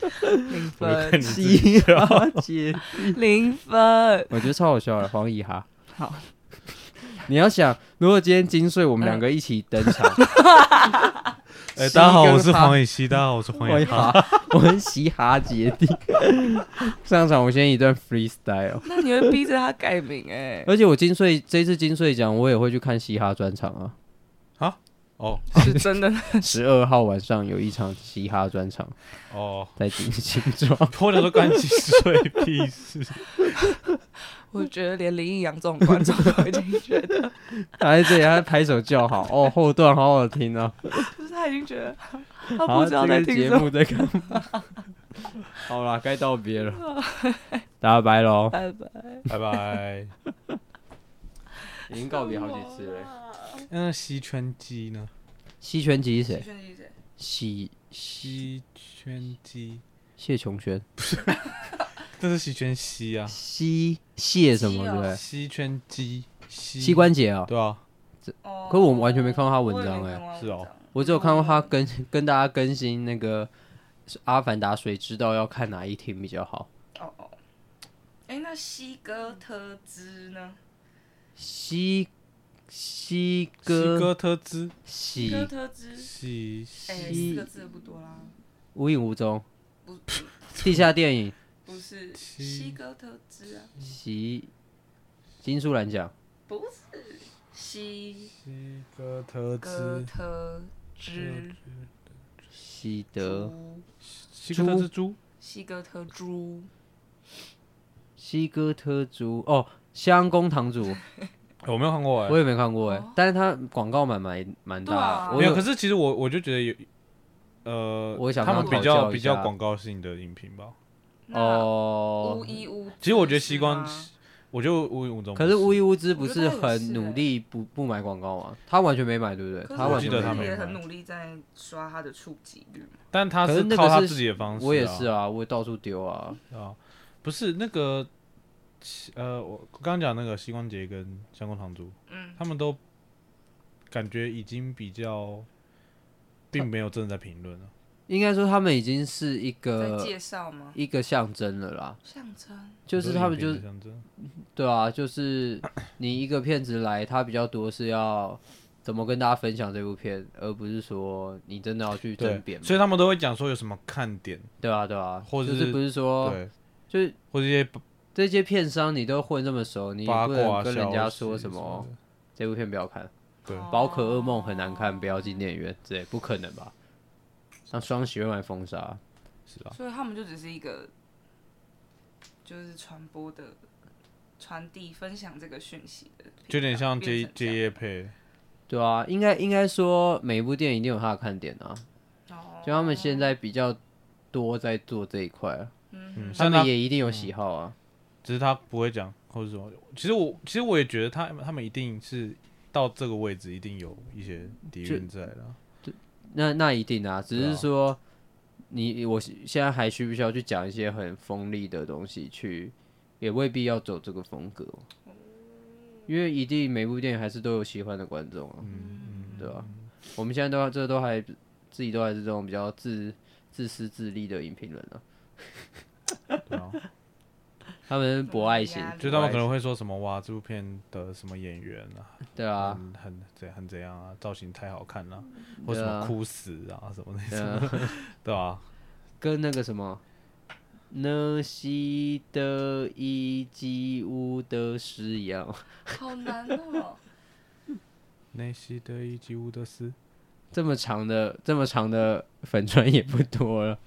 零我看分， 你自己嘻哈姐， 零分。 我觉得超好笑的，黄以哈。 好， 你要想，如果今天金穗我们两个一起登场， 哎，大家好，我是哈黄以西，大家好，我是黄以黄以哈。 哈，我们嘻哈姐弟。上场我先一段 freestyle， 那你会逼着他改名哎、 而且我金穗这次金穗奖我也会去看嘻哈专场啊。 哦是真的。 十二号晚上有一场嘻哈专场哦， 在金星庄。 我想说关几岁屁事？ 我觉得连林奕阳这种观众都已经觉得， 他在这里，他拍手叫好哦，后段好好听哦。 就是他已经觉得他好， 不知道这个节在听什么。 目在干嘛？好啦，该道别了，大家拜喽。 拜拜。 拜拜。 已经告别好几次了。 那吸圈机呢？ 西拳击是谁？ 轩是谁？ 西吸圈机， 谢琼轩， 这是吸圈吸啊， 西谢什么西哦对不对？ 吸圈机，吸膝关节啊， 对啊， 哦可是我完全没看到他文章哎我也没看过他是哦文章我只有看到他更跟大家更新那个《阿凡达》，谁知道要看哪一天比较好？ 哦哦。哎，那西哥特兹呢？ 西西西哥哥特兹， 西哥西特兹， 西哎， 西四个字的不多啦。 无影无踪， 不地下电影不是西西哥特兹啊， 西金苏兰奖不是西西哥特哥兹， 特兹西德猪西哥特兹猪， 西哥特猪。 西哥特族哦，香宫堂主我没有看过哎我，也没看过哎哦， 但是他广告蛮蛮蛮大对啊的，我没有。 有可是其实我我就觉得有，呃， 我想他们跟他讨比较比教一下较广告性的影评吧。 那哦乌，一乌， 其实我觉得西关是吗， 我就无影无踪。 可是无一无知不我觉是得他也是很努欸力不不买广告吗？他完全没买，对不对？ 可是他完全我记得他没买没买也很努力在刷他的触及率嘛。 但他可是那个是靠他自己的方式、啊。 我也是啊，我也到处丢啊。 啊，不是那个，呃，我刚刚讲那个膝关节跟香宫堂主， 嗯， 他们都感觉已经比较，并没有真的在评论了。 应该说他们已经是一在个介绍吗？ 一个象征了啦， 象征。 就是他们就是很多影评的象征对啊，就是你一个片子来，它比较多是要怎么跟大家分享这部片，而不是说你真的要去争对辩，嘛。 所以他们都会讲说有什么看点， 对啊，对啊， 或者就是是不是说对， 就是或者一些这些片商你都混这么熟，你也不八卦能跟人家消息说什么么的， 这部片不要看， 对哦宝可噩梦很难看，不要进电影院之类，不可能吧？像双喜会买封杀， 是啊， 所以他们就只是一个，就是传播的、传递、分享这个讯息的， 就有点像接变成这样接业配， 对啊，应该应该说每部电影一定有它的看点啊， 哦就他们现在比较多在做这一块啊， 嗯嗯， 他像他们也一定有喜好啊， 只是他不会讲或者什么。其实我其实我也觉得他他们一定是到这个位置，一定有一些底蕴在的啊。 那那一定啊，只对啊是说你我现在还需不需要去讲一些很锋利的东西去，也未必要走这个风格，因为一定每部电影还是都有喜欢的观众啊， 嗯对吧、我们现在都这都还自己都还是这种比较自自私自利的影评人啊， 嗯，对啊， 他们是博爱型嗯， 就他们可能会说什么哇，这部片的什么演员啊， 对啊， 很很怎很怎样啊，造型太好看了、或对啊什么哭死啊什么那对种， 啊， 对吧、 跟那个什么。那西的一吉乌的诗一样， 好难哦。 内西的一及乌德斯， 这么长的这么长的粉川也不多了。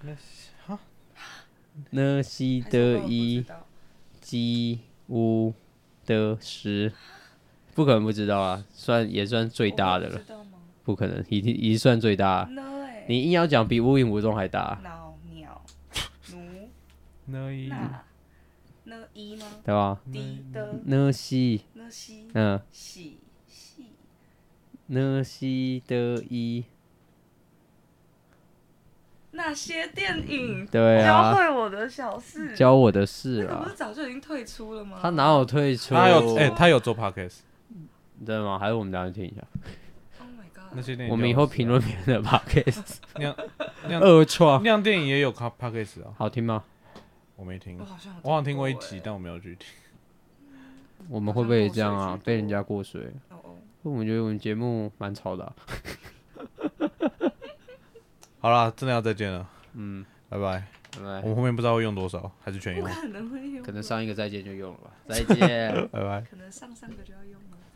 那西还是我根本不的一知道吉乌的诗，不可能不知道啊，算也算最大的了我不，知道吗？ 不可能，已经已经算最大了。 呢哎， 你硬要讲比无影无踪还大， 脑鸟奴那一那呢一吗？ 对吧？ 滴的那西， 呢西嗯， 喜喜那西的一， 那些电影对教啊， 会我的小事。 教我的事啊那个不是，早就已经退出了吗？ 他哪有退出？ 他有哎、他有做 podcast， 真的吗？还是我们等一下去听一下？ ？Oh my god！ 那些电影我们以后评论别人的 podcast。 那样二创那样电影也有 podcast 啊， 好听吗？ 我没听， 我好像有我好像听过一欸集，但我没有去听。 我们会不会也这样啊？被人家过水？ 哦哦， 我们觉得我们节目蛮吵的、啊。 好啦，真的要再见了， 嗯， 拜拜。 拜拜我。们后面不知道会用多少，还是全用？ 可能会用， 可能上一个再见就用了吧。再见。 拜拜。 可能上上个就要用了。